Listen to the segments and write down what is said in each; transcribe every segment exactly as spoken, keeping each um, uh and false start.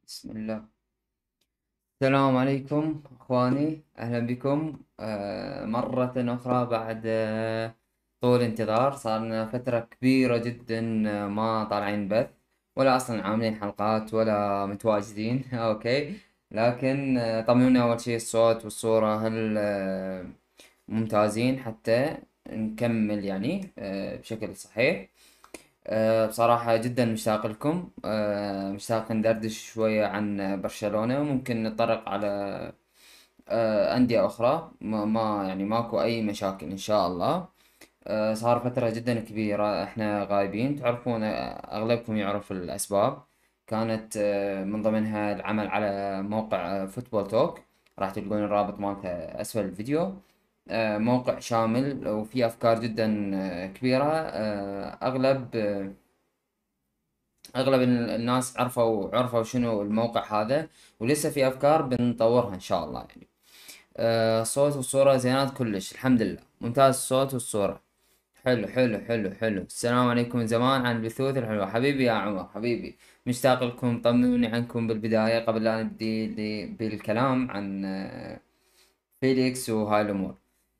بسم الله. السلام عليكم اخواني، اهلا بكم آه، مرة اخرى بعد آه، طول انتظار. صار لنا فترة كبيرة جدا آه، ما طالعين بث ولا اصلا عاملين حلقات ولا متواجدين. اوكي، لكن آه، طمنوني اول شيء الصوت والصورة هل آه، ممتازين حتى نكمل يعني آه، بشكل صحيح. أه بصراحة جدا مشتاق لكم، أه مشتاق ندردش شوية عن برشلونة، وممكن نتطرق على أه أندية أخرى. ما, ما يعني ماكو أي مشاكل إن شاء الله. أه صار فترة جدا كبيرة إحنا غايبين، تعرفون آه، أغلبكم يعرف الأسباب. كانت أه من ضمنها العمل على موقع فوتبول توك، راح تلقون الرابط مالته أسفل الفيديو. أه موقع شامل وفيه أفكار جدا آه، كبيرة. أه أغلب آه، اغلب ال- الناس عرفوا عرفوا شنو الموقع هذا، ولسه في افكار بنطورها ان شاء الله يعني. آه الصوت والصورة زينات كلش، الحمد لله ممتاز الصوت والصورة. حلو حلو حلو حلو. السلام عليكم من زمان عن البثوث الحلوة. حبيبي يا عمر حبيبي، مشتاق لكم. طمنوني عنكم بالبداية قبل لا نبدي لي- بالكلام عن آه، فيليكس وهاي الأمور.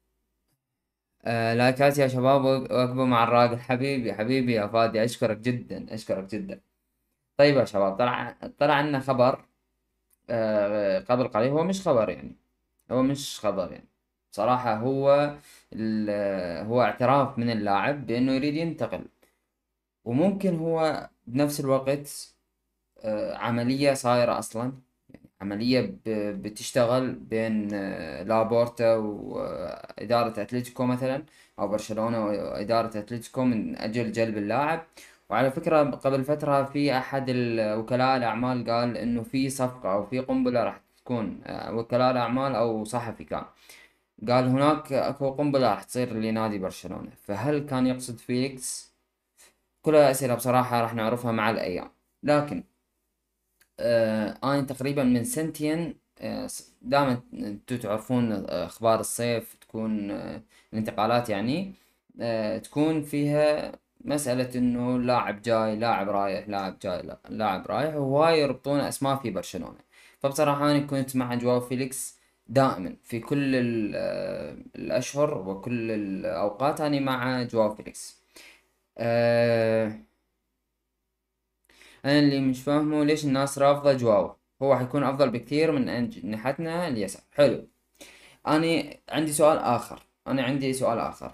آه لايكات يا شباب، واكبوا مع الراجل. حبيبي حبيبي يا فادي، أشكرك جدا أشكرك جدا. طيب يا شباب، طلع طلع عنا خبر آه، قبل قليل. هو مش خبر يعني، هو مش خبر يعني بصراحة. هو ال- هو اعتراف من اللاعب بأنه يريد ينتقل، وممكن هو بنفس الوقت آه، عملية صايرة أصلا. عملية ب- بتشتغل بين آه، لابورتا وإدارة أتلتيكو مثلا، أو برشلونة وإدارة أتلتيكو من أجل جلب اللاعب. وعلى فكرة قبل فترة في أحد ال- وكلاء الأعمال قال إنه في صفقة أو في قنبلة راح تكون، آه، وكلاء الأعمال أو صحفي كان قال هناك أكو قنبلة راح تصير لنادي برشلونة. فهل كان يقصد فيليكس؟ كلها أسئلة بصراحة راح نعرفها مع الأيام. لكن آه أنا تقريبا من سنتين، آه دائما انتو تعرفون آه، أخبار الصيف تكون آه الانتقالات يعني، آه تكون فيها مسألة إنه لاعب جاي لاعب رايح لاعب جاي لا- لاعب رايح، وهواي يربطون أسماء في برشلونة. فبصراحة أنا كنت مع جواو فيليكس دائما في كل ال- آه، الأشهر وكل الأوقات. أنا مع جواو فيليكس. آه انا اللي مش فاهمه ليش الناس رافضة جواو. هو حيكون افضل بكثير من اجنحتنا اليسار. حلو. انا عندي سؤال اخر انا عندي سؤال اخر.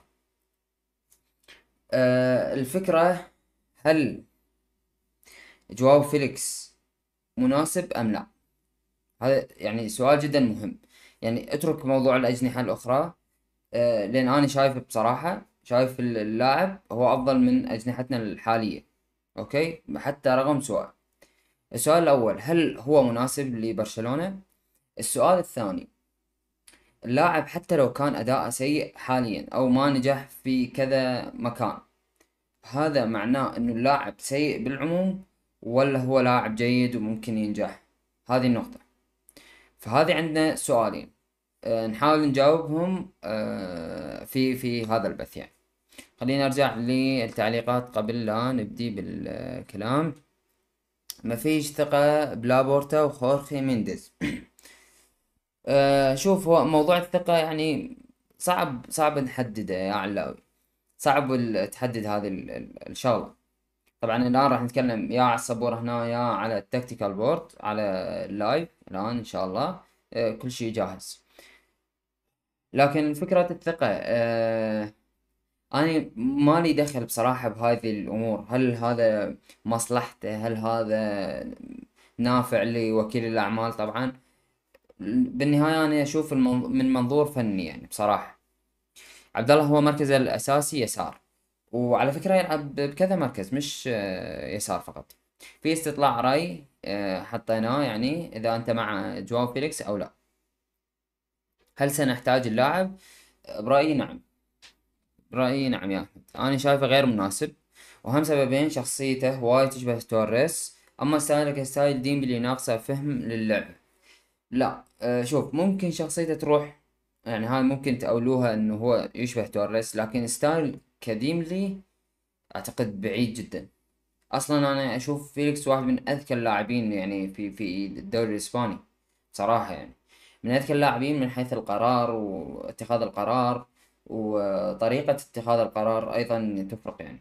أه الفكرة، هل جواو فيليكس مناسب ام لا؟ هذا يعني سؤال جدا مهم. يعني اترك موضوع الاجنحة الاخرى. أه لان انا شايف بصراحة، شايف اللاعب هو افضل من اجنحتنا الحالية. اوكي، حتى رقم سؤال. السؤال الاول، هل هو مناسب لبرشلونة؟ السؤال الثاني، اللاعب حتى لو كان أداءه سيء حاليا أو ما نجح في كذا مكان، هذا معناه إنه اللاعب سيء بالعموم، ولا هو لاعب جيد وممكن ينجح؟ هذه النقطة. فهذه عندنا سؤالين، أه نحاول نجاوبهم أه في في هذا البث يعني. خلينا نرجع للتعليقات قبل لا نبدي بالكلام. ما فيش ثقة بلابورتا وخورخي مينديز. أه شوف، هو موضوع الثقة يعني صعب صعب نحدده يا علاوي. صعب ال- تحدد هذه ال- ال- الشغلة. طبعا الآن راح نتكلم يا على السبورة هنا يا على التكتيكال بورد على اللايف الآن إن شاء الله. أه كل شيء جاهز. لكن فكرة الثقة، أه أنا مالي دخل بصراحة بهذه الأمور. هل هذا مصلحته؟ هل هذا نافع لوكيل الأعمال؟ طبعا بالنهاية أنا أشوف المنظ- من منظور فني يعني بصراحة. عبد الله هو مركزه الأساسي يسار، وعلى فكرة يلعب بكذا مركز مش آه، يسار فقط. في استطلاع رأي آه، حطيناه يعني إذا أنت مع جواو فيليكس أو لا. هل سنحتاج اللاعب؟ آه، برأيي نعم. برأيي نعم يا أحمد، أنا شايفه غير مناسب. وهم سببين: شخصيته هواي تشبه توريس، أما ستايله كستايل ديمبلي ناقصه فهم للعب. لا أه شوف، ممكن شخصيته تروح يعني، هاي ممكن تأولوها انه هو يشبه توريس، لكن ستايل كديملي اعتقد بعيد جدا. اصلا انا اشوف فيليكس واحد من اذكى اللاعبين يعني في في الدوري الاسباني بصراحة يعني. من اذكى اللاعبين من حيث القرار واتخاذ القرار، وطريقة اتخاذ القرار ايضا تفرق يعني.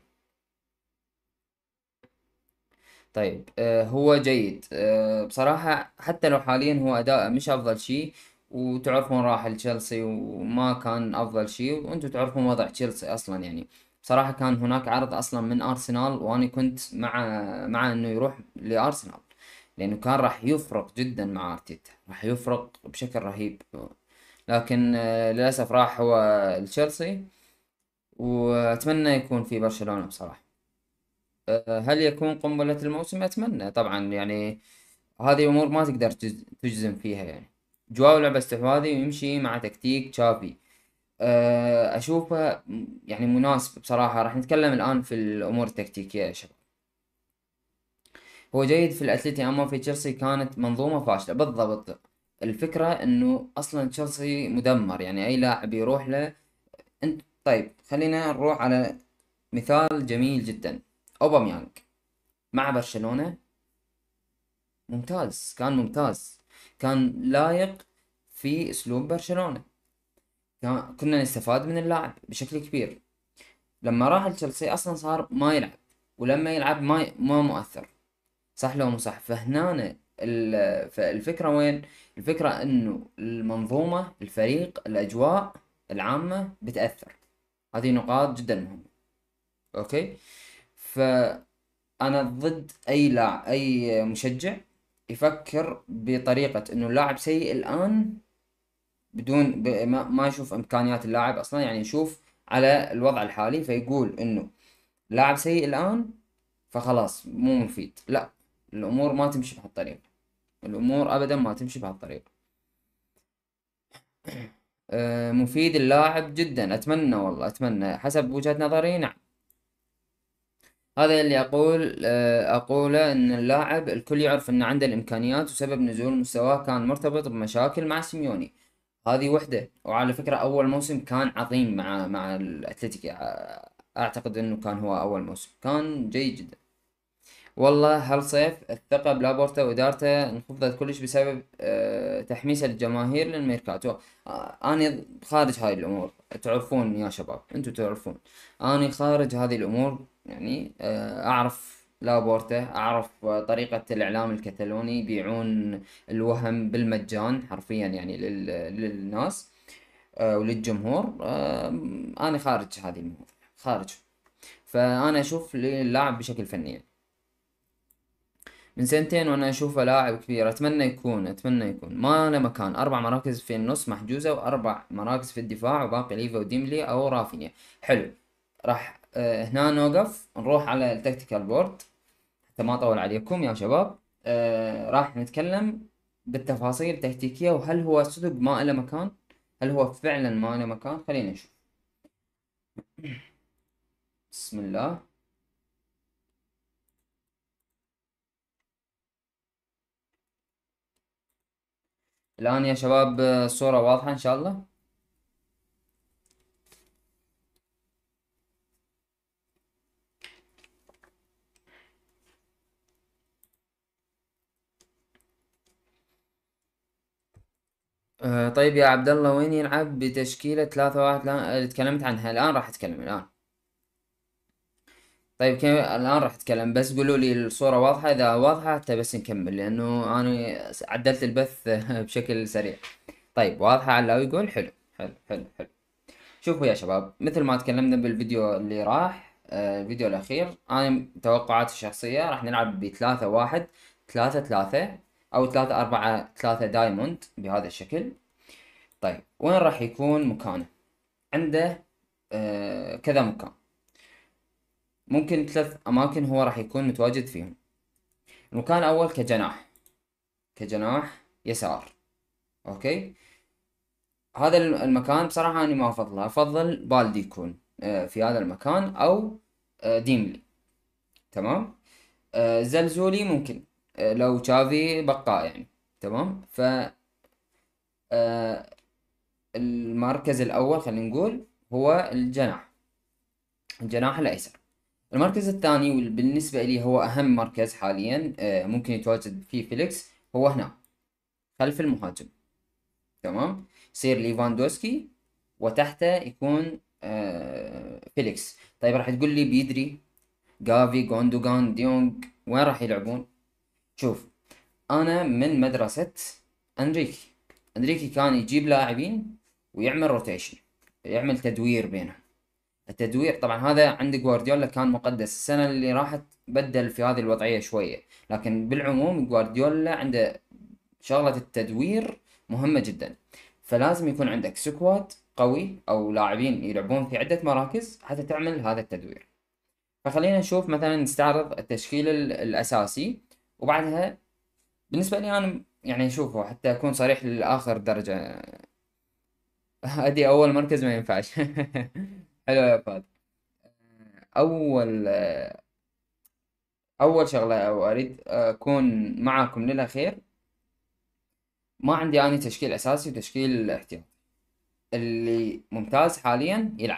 طيب آه، هو جيد آه، بصراحة، حتى لو حاليا هو أداء مش أفضل شيء، وتعرفون راح لتشيلسي وما كان أفضل شيء، وأنتم تعرفون وضع تشيلسي أصلا يعني. بصراحة كان هناك عرض أصلا من أرسنال، وأنا كنت مع مع إنه يروح لأرسنال، لأنه كان راح يفرق جدا مع أرتيتا، راح يفرق بشكل رهيب. لكن آه، للأسف راح هو لتشيلسي، وأتمنى يكون في برشلونة بصراحة. آه، هل يكون قنبلة الموسم؟ أتمنى طبعا يعني. هذه أمور ما تقدر تج- تجزم فيها يعني. جواو لعبة استحواذي ويمشي مع تكتيك تشافي. آه، أشوفه م- يعني مناسب بصراحة. راح نتكلم الآن في الأمور التكتيكية يا شباب. هو جيد في الأتليتي، أما في تشيلسي كانت منظومة فاشلة بالضبط. الفكرة إنه أصلا تشيلسي مدمر، يعني أي لاعب يروح له. أنت طيب خلينا نروح على مثال جميل جدا. أوباميانج مع برشلونة ممتاز، كان ممتاز، كان لايق في اسلوب برشلونة. كان كنا نستفاد من اللاعب بشكل كبير. لما راح لتشيلسي اصلا صار ما يلعب، ولما يلعب ما ما مؤثر. صح لو مو صح؟ فهنا ال- فالفكرة وين؟ الفكرة انه المنظومة، الفريق، الاجواء العامة بتأثر. هذه نقاط جدا مهمة. اوكي. فانا ضد اي لاعب، اي مشجع يفكر بطريقة انه اللاعب سيء الان بدون ب... ما... ما يشوف امكانيات اللاعب اصلا، يعني يشوف على الوضع الحالي فيقول انه لاعب سيء الان فخلاص مو مفيد. لا، الامور ما تمشي بهالطريقة. الامور ابدا ما تمشي بهالطريقة. أه مفيد اللاعب جدا، اتمنى والله اتمنى حسب وجهة نظري، نعم. هذا اللي اقول أه اقوله ان اللاعب الكل يعرف انه عنده الامكانيات، وسبب نزول مستواه كان مرتبط بمشاكل مع سيميوني. هذه وحدة. وعلى فكرة أول موسم كان عظيم مع مع الأتلتيكي. أ- أعتقد إنه كان هو أول موسم كان جيد جدا. والله هالصيف الثقة بلابورتا وإدارته انخفضت كلش بسبب آه، تحميس الجماهير للميركاتو. آه، أنا خارج هاي الأمور، تعرفون يا شباب، أنتوا تعرفون أنا خارج هذه الأمور يعني. آه، أعرف لابورتا، أعرف آه، طريقة الإعلام الكتالوني يبيعون الوهم بالمجان حرفيا يعني لل- للناس آه، وللجمهور. آه، أنا خارج هذه الموضوع، خارج. فأنا أشوف اللاعب بشكل فني يعني. من سنتين وانا اشوفه لاعب كبير. اتمنى يكون اتمنى يكون ما له مكان. اربع مراكز في النص محجوزة، واربع مراكز في الدفاع، وباقي ليفا وديمبلي او رافينيا. حلو. راح آه، هنا نوقف نروح على التكتيكال بورد حتى ما اطول عليكم يا شباب. آه، راح نتكلم بالتفاصيل التكتيكية، وهل هو صدق ما له مكان؟ هل هو فعلا ما له مكان؟ خلينا نشوف. بسم الله. الآن يا شباب آه، الصورة واضحة إن شاء الله. آه طيب يا عبد الله، وين يلعب بتشكيلة ثلاثة واحد؟ لا آه، تكلمت عنها الآن، راح أتكلم الآن. طيب كيف الآن راح أتكلم؟ بس قولوا لي الصورة واضحة. إذا واضحة حتى بس نكمل، لأنه أنا عدلت البث بشكل سريع. طيب واضحة على يقول. حلو حلو حلو حلو. شوفوا يا شباب، مثل ما تكلمنا بالفيديو اللي راح آه، الفيديو الأخير، أنا توقعاتي الشخصية راح نلعب بثلاثة واحد ثلاثة ثلاثة، أو ثلاثة أربعة ثلاثة دايموند بهذا الشكل. طيب وين راح يكون مكانه؟ عنده آه كذا مكان. ممكن ثلاث أماكن هو راح يكون متواجد فيهم. المكان الأول كجناح، كجناح يسار. أوكي. هذا الم- المكان بصراحة أنا ما أفضله. أفضل بالدي يكون آه في هذا المكان، أو آه ديملي. تمام. آه زلزولي ممكن آه لو تشافي بقى يعني. تمام. ف آه المركز الأول خلينا نقول هو الجناح، الجناح الأيسر. المركز الثاني واللي بالنسبة لي هو أهم مركز حاليا آه، ممكن يتواجد فيه فيليكس، هو هنا خلف المهاجم. تمام، يصير ليفاندوسكي وتحته يكون آه، فيليكس. طيب راح تقول لي بيدري، جافي، جوندوغان، ديونج وين راح يلعبون؟ شوف، انا من مدرسة انريكي. انريكي كان يجيب لاعبين ويعمل روتيشن، يعمل تدوير بينهم. التدوير طبعا هذا عند جوارديولا كان مقدس، السنة اللي راحت بدل في هذه الوضعية شوية، لكن بالعموم جوارديولا عنده شغلة التدوير مهمة جدا. فلازم يكون عندك سكواد قوي او لاعبين يلعبون في عدة مراكز حتى تعمل هذا التدوير. فخلينا نشوف مثلا، نستعرض التشكيل ال- الاساسي، وبعدها بالنسبة لي انا يعني شوفوا حتى اكون صريح لآخر درجة. ادي اول مركز ما ينفعش. حلو يا فهد. اول اول شغلة او اريد اكون معاكم للاخير، ما عندي اني تشكيل اساسي وتشكيل احتياطي. اللي ممتاز حاليا يلعب،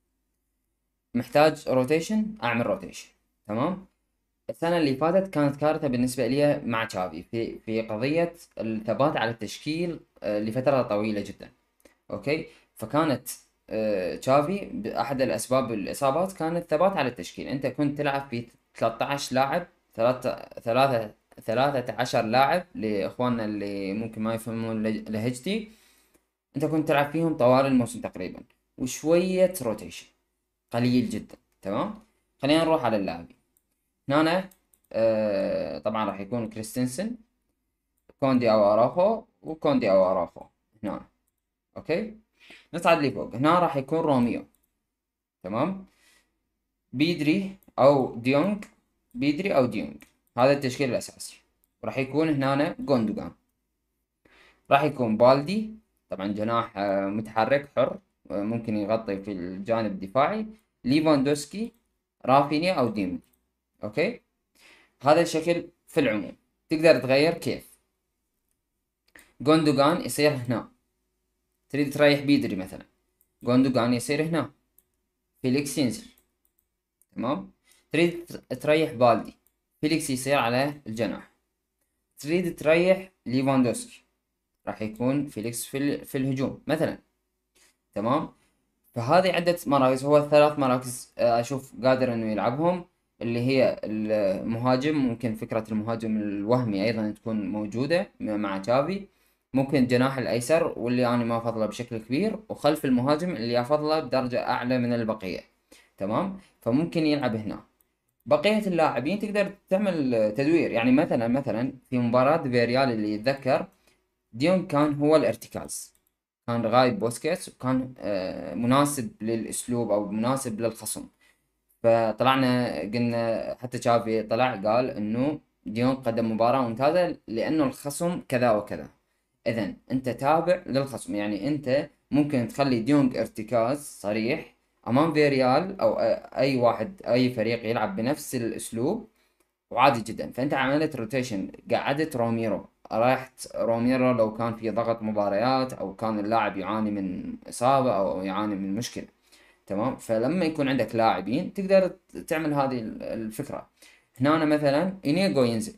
محتاج روتيشن اعمل روتيشن. تمام. السنة اللي فاتت كانت كارثة بالنسبة لي مع تشافي في في قضية الثبات على التشكيل آه، لفترة طويلة جدا. اوكي. فكانت آه، تشافي بأحد الأسباب الإصابات كان الثبات على التشكيل. أنت كنت تلعب في ثلاثة عشر لاعب، ثلاثة ثلاثة ثلاثة عشر لاعب لإخواننا اللي ممكن ما يفهمون لج- لهجتي. أنت كنت تلعب فيهم طوال الموسم تقريبا، وشوية روتيشن قليل جدا. تمام. خلينا نروح على اللاعبين. هنا آه طبعا راح يكون كريستنسن، كوندي او اراخو، وكوندي او اراخو هنا. اوكي. نصعد لي فوق، هنا راح يكون روميو. تمام. بيدري او ديونج، بيدري او ديونج، هذا التشكيل الاساسي. راح يكون هنا جوندوغان، راح يكون بالدي، طبعا جناح آه، متحرك حر، آه، ممكن يغطي في الجانب الدفاعي. ليفاندوسكي، رافينيا او ديمبلي. اوكي. هذا الشكل في العموم، تقدر تغير كيف. جوندوغان يصير هنا، تريد تريح بيدري مثلا، جوندوغان يصير هنا، فيليكس ينزل. تمام. تريد تريح بالدي، فيليكس يصير على الجناح. تريد تريح ليفاندوسكي، راح يكون فيليكس في, ال... في الهجوم مثلا. تمام. فهذه عدة مراكز، هو ثلاث مراكز آه، أشوف قادر إنه يلعبهم، اللي هي المهاجم. ممكن فكرة المهاجم الوهمي أيضا تكون موجودة مع تشافي. ممكن الجناح الأيسر، واللي أنا ما أفضله بشكل كبير، وخلف المهاجم اللي أفضله بدرجة أعلى من البقية. تمام. فممكن يلعب هنا. بقية اللاعبين تقدر تعمل تدوير، يعني مثلا مثلا في مباراة فيريال اللي يتذكر، ديون كان هو الارتكاز، كان غايب بوسكيتس، وكان آه، مناسب للاسلوب او مناسب للخصم. فطلعنا قلنا، حتى تشافي طلع قال انه ديون قدم مباراة ممتازة لانه الخصم كذا وكذا. اذا انت تابع للخصم، يعني انت ممكن تخلي ديونج ارتكاز صريح امام فيريال او آه، اي واحد، اي فريق يلعب بنفس الاسلوب وعادي جدا. فانت عملت روتيشن، قعدت روميرو، ريحت روميرو لو كان في ضغط مباريات او كان اللاعب يعاني من اصابة او يعاني من مشكلة. تمام. فلما يكون عندك لاعبين تقدر تعمل هذه الفكرة. هنا أنا مثلا انيجو ينزل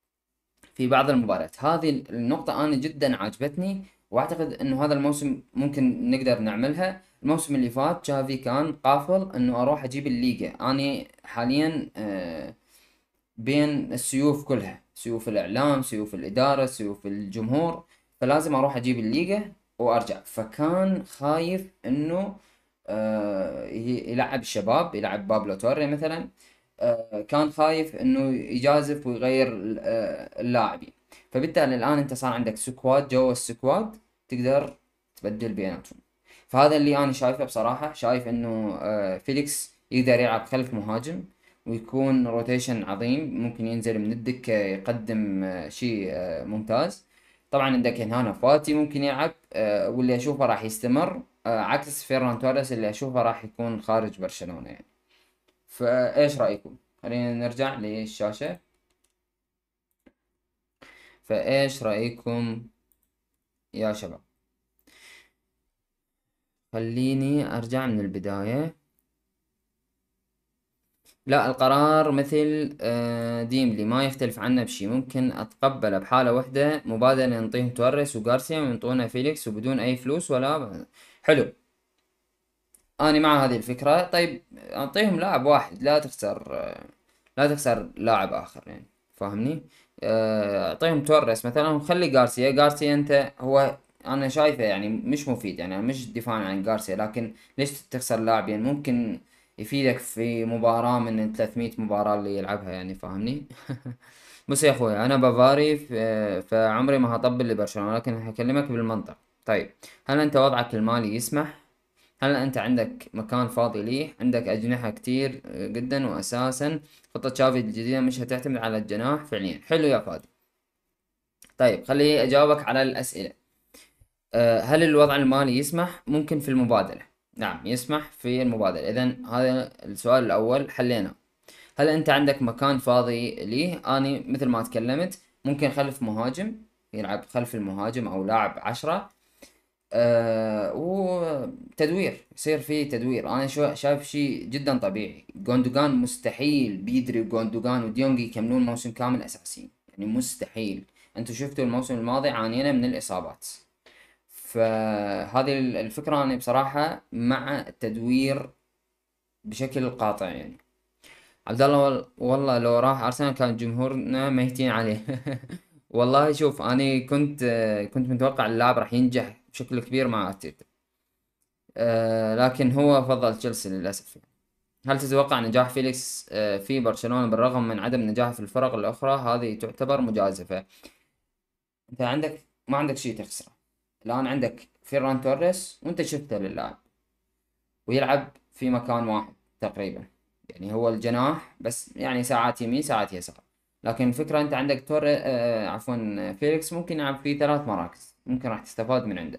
في بعض المباريات، هذه النقطة أنا جدا عجبتني، وأعتقد أنه هذا الموسم ممكن نقدر نعملها. الموسم اللي فات تشافي كان قافل أنه أروح أجيب الليجا. أنا حاليا آه بين السيوف كلها، سيوف الإعلام، سيوف الإدارة، سيوف الجمهور، فلازم أروح أجيب الليجا وأرجع. فكان خايف إنه آه ي- يلعب الشباب، يلعب بابلو توري مثلا. آه كان خايف إنه يجازف ويغير ال- آه اللاعبين. فبالتالي الآن أنت صار عندك سكواد، جوا السكواد تقدر تبدل بيناتهم. فهذا اللي أنا شايفه بصراحة. شايف إنه آه فيليكس يقدر يلعب خلف مهاجم، ويكون روتيشن عظيم، ممكن ينزل من الدكة يقدم آه، شيء آه، ممتاز. طبعا عندك هنا فاتي ممكن يلعب، آه، واللي اشوفه راح يستمر، آه، عكس فيران توريس اللي اشوفه راح يكون خارج برشلونة يعني. فايش رأيكم؟ خلينا نرجع للشاشة. فايش رأيكم يا شباب؟ خليني ارجع من البداية. لا، القرار مثل آه، ديملي ما يختلف عنه بشي. ممكن اتقبله بحالة واحدة، مبادلة نعطيهم توريس وغارسيا وينطونا فيليكس وبدون اي فلوس ولا. حلو، انا مع هذه الفكرة. طيب اعطيهم لاعب واحد، لا تخسر آه، لا تخسر لاعب اخر يعني، فاهمني؟ آه، اعطيهم توريس مثلا وخلي غارسيا. غارسيا انت هو انا شايفه يعني مش مفيد، يعني أنا مش دفاعا عن غارسيا، لكن ليش تخسر لاعب يعني ممكن يفيدك في مباراة من ثلاثمية مباراة اللي يلعبها يعني، فاهمني؟ بص يا اخوي، انا بافاري ف- فعمري ما هطبل لبرشلونة، لكن هكلمك بالمنطق. طيب، هل انت وضعك المالي يسمح؟ هل انت عندك مكان فاضي ليه؟ عندك اجنحة كتير آه، جدا، واساسا خطة تشافي الجديدة مش هتعتمد على الجناح فعليا. حلو يا فادي. طيب خليني اجاوبك على الاسئلة. آه، هل الوضع المالي يسمح؟ ممكن في المبادلة. نعم يسمح في المبادلة. اذا هذا السؤال الاول حلينا. هل انت عندك مكان فاضي ليه؟ اني مثل ما تكلمت، ممكن خلف مهاجم، يلعب خلف المهاجم او لاعب عشرة. آه وتدوير، يصير فيه تدوير. انا شو شايف شيء جدا طبيعي. جوندوجان مستحيل بيدري جوندوجان وديونج يكملون موسم كامل اساسيين، يعني مستحيل. انتوا شفتوا الموسم الماضي عانينا من الاصابات. فهذه الفكرة انا بصراحة مع التدوير بشكل قاطع يعني. عبد الله وال- والله لو راح ارسنال كان جمهورنا ميتين عليه. والله شوف، انا كنت كنت متوقع اللاعب راح ينجح بشكل كبير مع ارتيتا. آه لكن هو فضل تشيلسي للأسف يعني. هل تتوقع نجاح فيليكس آه في برشلونة بالرغم من عدم نجاحه في الفرق الأخرى؟ هذه تعتبر مجازفة. أنت عندك ما عندك شيء تخسره. الآن عندك فيران توريس وأنت شفته للاعب ويلعب في مكان واحد تقريبا، يعني هو الجناح بس، يعني ساعات يمين ساعات يسار. لكن الفكرة أنت عندك تور آه عفوا فيليكس ممكن يلعب في ثلاث مراكز، ممكن راح تستفاد من عنده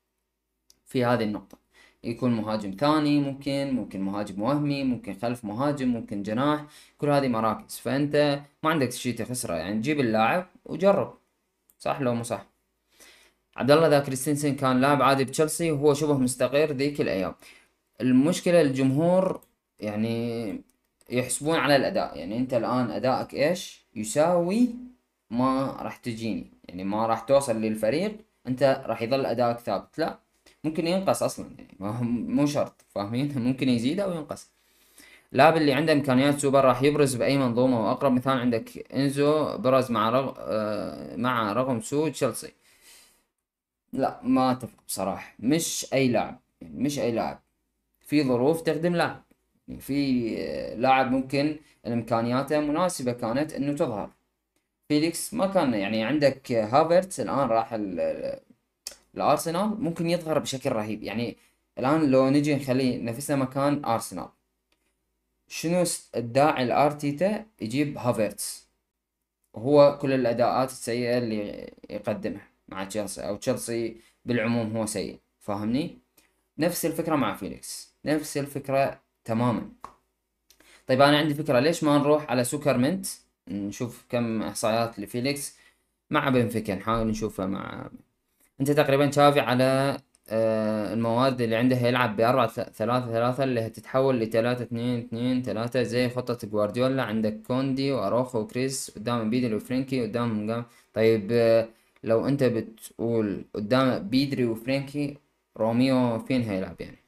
في هذه النقطة. يكون مهاجم ثاني، ممكن ممكن مهاجم وهمي، ممكن خلف مهاجم، ممكن جناح. كل هذه مراكز، فأنت ما عندك شيء تخسره يعني. جيب اللاعب وجرب. صح لو مو صح؟ عبد الله ذا كريستنسن كان لاعب عادي بتشيلسي وهو شبه مستقر ذيك الأيام. المشكلة الجمهور يعني يحسبون على الأداء. يعني أنت الآن أدائك إيش يساوي ما راح تجيني، يعني ما راح توصل للفريق. أنت راح يظل أدائك ثابت؟ لا، ممكن ينقص أصلا يعني، ما هو مو شرط، فاهمين؟ ممكن يزيد أو ينقص. اللاعب اللي عنده إمكانيات سوبر راح يبرز بأي منظومة، وأقرب مثال عندك إنزو برز مع رغ... آه، مع رغم سوء تشيلسي. لا ما أتفق بصراحة. مش أي لاعب يعني، مش أي لاعب. في ظروف تخدم لاعب يعني. في آه، لاعب ممكن الامكانياته مناسبة كانت انه تظهر. فيليكس ما كان يعني. عندك هافرتس الان راح ال- الارسنال، ممكن يظهر بشكل رهيب يعني. الان لو نجي نخلي نفسنا مكان ارسنال، شنو س- الداعي الارتيتا يجيب هافرتس وهو كل الاداءات السيئة اللي يقدمها مع تشيلسي، او تشيلسي بالعموم هو سيء، فاهمني؟ نفس الفكرة مع فيليكس، نفس الفكرة تماما. طيب انا عندي فكرة، ليش ما نروح على سوكرمنت نشوف كم احصائيات لفيليكس مع بنفيكا، نحاول نشوفها مع. انت تقريبا شافي على آه، المواد اللي عنده. هيلعب بأربعة ثلاثة ثلاثة اللي هتتحول لثلاثة اثنين اثنين ثلاثة زي خطة جوارديولا. عندك كوندي وأروخو وكريس قدام بيدري وفرينكي قدامهم قام. طيب آه، لو انت بتقول قدام بيدري وفرينكي، روميو فين هيلعب يعني؟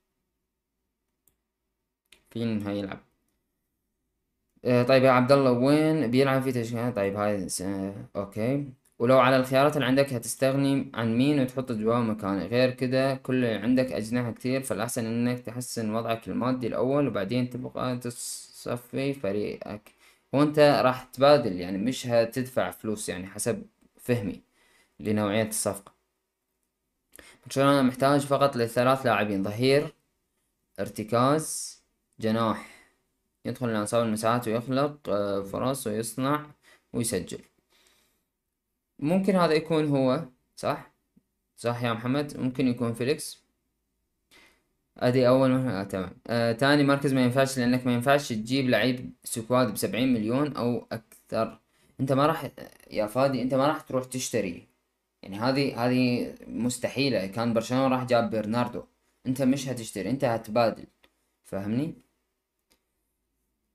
فين هيلعب؟ آه، طيب يا عبد الله، وين بيلعب في تشكيلة؟ طيب هاي س- آه، اوكي. ولو على الخيارات اللي عندك هتستغني عن مين وتحط جواه مكانه؟ غير كده كل اللي عندك أجنحة كتير، فالأحسن إنك تحسن وضعك المادي الأول وبعدين تبقى تصفي فريقك. وأنت راح تبادل يعني، مش هتدفع فلوس يعني، حسب فهمي لنوعية الصفقة. برشلونة محتاج فقط لثلاث لاعبين: ظهير، ارتكاز، جناح، يدخل لأنصاب المساحات ويخلق آه، فرص ويصنع ويسجل. ممكن هذا يكون هو. صح. صح يا محمد، ممكن يكون فيليكس. ادي اول مرة. آه تمام. آه تاني مركز ما ينفعش، لانك ما ينفعش تجيب لعيب سكواد بسبعين مليون او اكثر. انت ما راح يا فادي، انت ما راح تروح تشتري يعني. هذه هذه مستحيلة. كان برشلونة راح جاب برناردو. انت مش هتشتري، انت هتبادل، فاهمني؟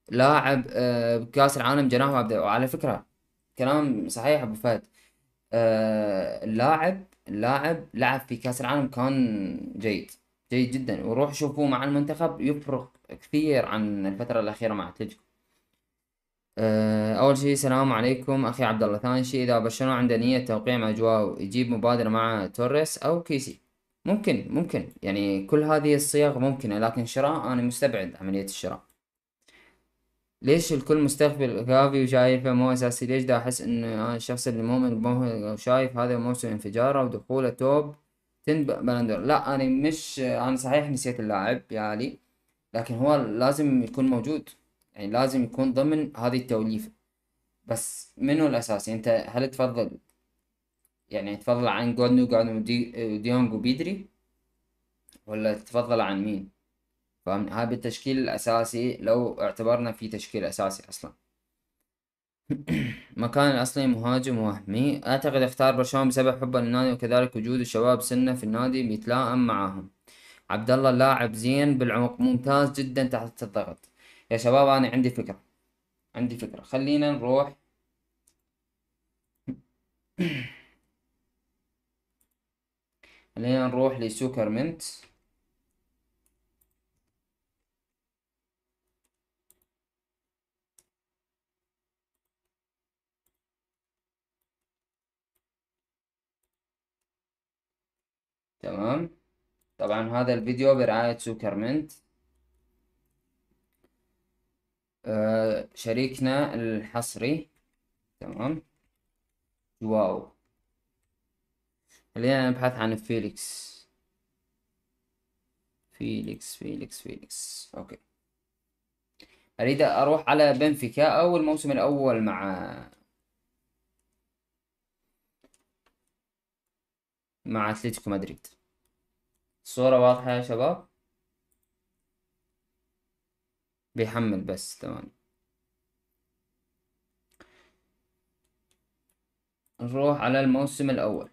لاعب آه، بكأس العالم جناح وعبد، وعلى فكرة كلام صحيح ابو فهد. آه، اللاعب اللاعب لعب في كأس العالم كان جيد، جيد جدا، وروح شوفوه مع المنتخب يفرق كثير عن الفترة الأخيرة مع أتلتيكو. آه، أول شيء السلام عليكم أخي عبد الله. ثاني شيء إذا برشلونة عنده نية توقيع مع جواو يجيب مبادرة مع توريس أو كيسي. ممكن ممكن يعني كل هذه الصيغ ممكنة، لكن شراء أنا مستبعد عملية الشراء. ليش الكل مستقبل غافي وشايفه مو أساسي؟ ليش دا أحس إن أنا الشخص اللي مؤمن بموهبة وشايف هذا موسم انفجاره ودخوله توب تن بلندور؟ لا أنا مش، أنا صحيح نسيت اللاعب يا علي، لكن هو لازم يكون موجود، يعني لازم يكون ضمن هذه التوليفة. بس منو الأساسي؟ أنت هل تفضل يعني تفضل عن جوندوجان ودي وديونج وبيدري، ولا تفضل عن مين؟ فاهم؟ هذا بالتشكيل الأساسي لو اعتبرنا في تشكيل أساسي أصلا. مكان الأصلي مهاجم وهمي. أعتقد اختار برشلونة بسبب حبه للنادي وكذلك وجود الشباب سنة في النادي بيتلائم معاهم. عبد الله لاعب زين بالعمق، ممتاز جدا تحت الضغط. يا شباب أنا عندي فكرة، عندي فكرة خلينا نروح. خلينا نروح لسوكر منت. تمام. طبعا هذا الفيديو برعاية سوكر منت، آه شريكنا الحصري. تمام. واو. خلينا نبحث عن فيليكس. فيليكس فيليكس فيليكس اوكي. اريد اروح على بنفيكا او الموسم الاول مع مع اتلتيكو مدريد. الصورة واضحة يا شباب؟ بيحمل بس تمام. نروح على الموسم الاول.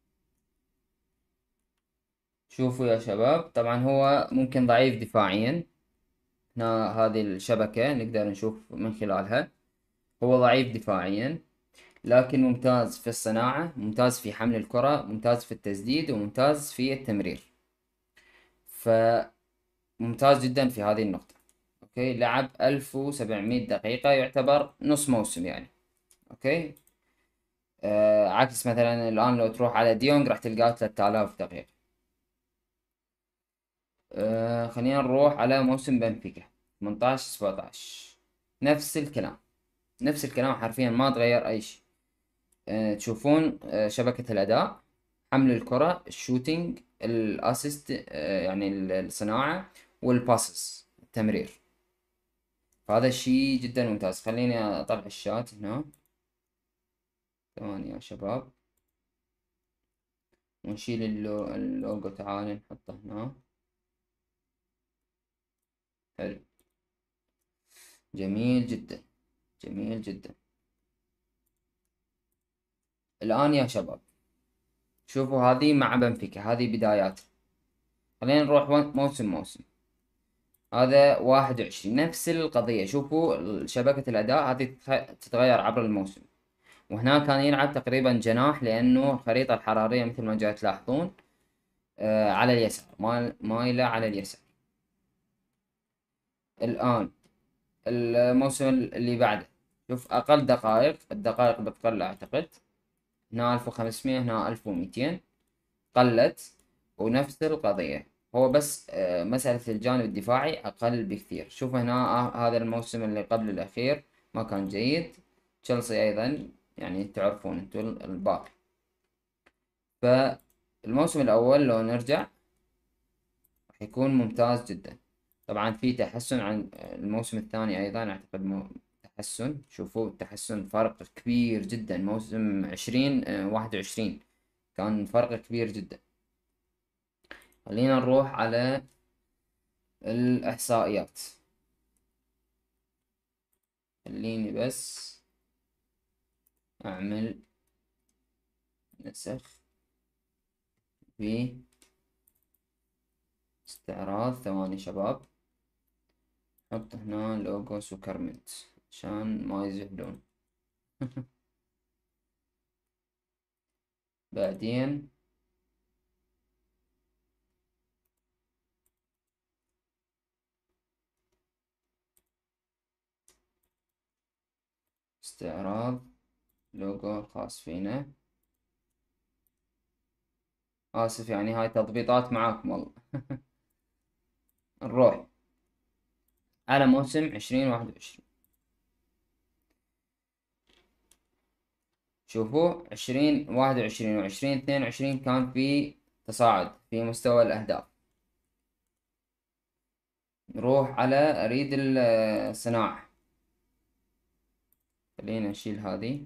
شوفوا يا شباب، طبعا هو ممكن ضعيف دفاعيا. هنا هذه الشبكة نقدر نشوف من خلالها هو ضعيف دفاعيا، لكن ممتاز في الصناعة، ممتاز في حمل الكرة، ممتاز في التسديد، وممتاز في التمرير. فممتاز جدا في هذه النقطة. اوكي، لعب ألف وسبعمية دقيقة، يعتبر نص موسم يعني. اوكي. آه عكس مثلا الآن لو تروح على ديونج راح تلقاه ثلاثة آلاف دقيقة. آه خلينا نروح على موسم بنفيكا ثمنتاشر سبعتاشر. نفس الكلام، نفس الكلام حرفيا، ما تغير أي شيء. آه تشوفون آه شبكة الأداء، حمل الكرة، الشوتينج، الاسيست، آه يعني الصناعة، والباسس، التمرير. فهذا شيء جدا ممتاز. خليني أطلع الشات هنا. ثواني يا شباب، ونشيل اللو... اللوجو. تعال نحطه هنا. حلو. جميل جدا، جميل جدا. الآن يا شباب شوفوا، هذه مع بنفيكا، هذه بدايات. خلينا نروح ون- موسم موسم. هذا واحد وعشرين، نفس القضية. شوفوا شبكة الأداء هذه تتخ- تتغير عبر الموسم. وهنا كان يلعب تقريبا جناح، لأنه الخريطة الحرارية مثل ما جاي تلاحظون آه على اليسار، مال- مايلة على اليسار. الآن الموسم اللي بعده، شوف أقل دقائق، الدقائق بتقل أعتقد. هنا ألف وخمسمية، هنا ألف ومئتين، قلت. ونفس القضية، هو بس آه، مسألة الجانب الدفاعي أقل بكثير. شوف هنا آه، هذا الموسم اللي قبل الأخير ما كان جيد. تشيلسي أيضا، يعني تعرفون انتوا الباقي. فالموسم الأول لو نرجع راح يكون ممتاز جدا. طبعا في تحسن عن الموسم الثاني أيضا أعتقد مو... تحسن. شوفوا التحسن، فرق كبير جدا. موسم عشرين آه، واحد وعشرين كان فرق كبير جدا. خلينا نروح على الإحصائيات. خليني بس أعمل نسخ في استعراض. ثواني شباب. حط هنا لوجو سوكرمنت عشان ما يزعلون. بعدين استعراض لوجو خاص فينا. آسف يعني هاي تضبيطات معاكم والله. نروح على موسم عشرين واحد وعشرين. شوفوا عشرين واحد وعشرين وعشرين اثنين وعشرين كان في تصاعد في مستوى الأهداف. نروح على أريد الصناعة. خلينا نشيل هذه.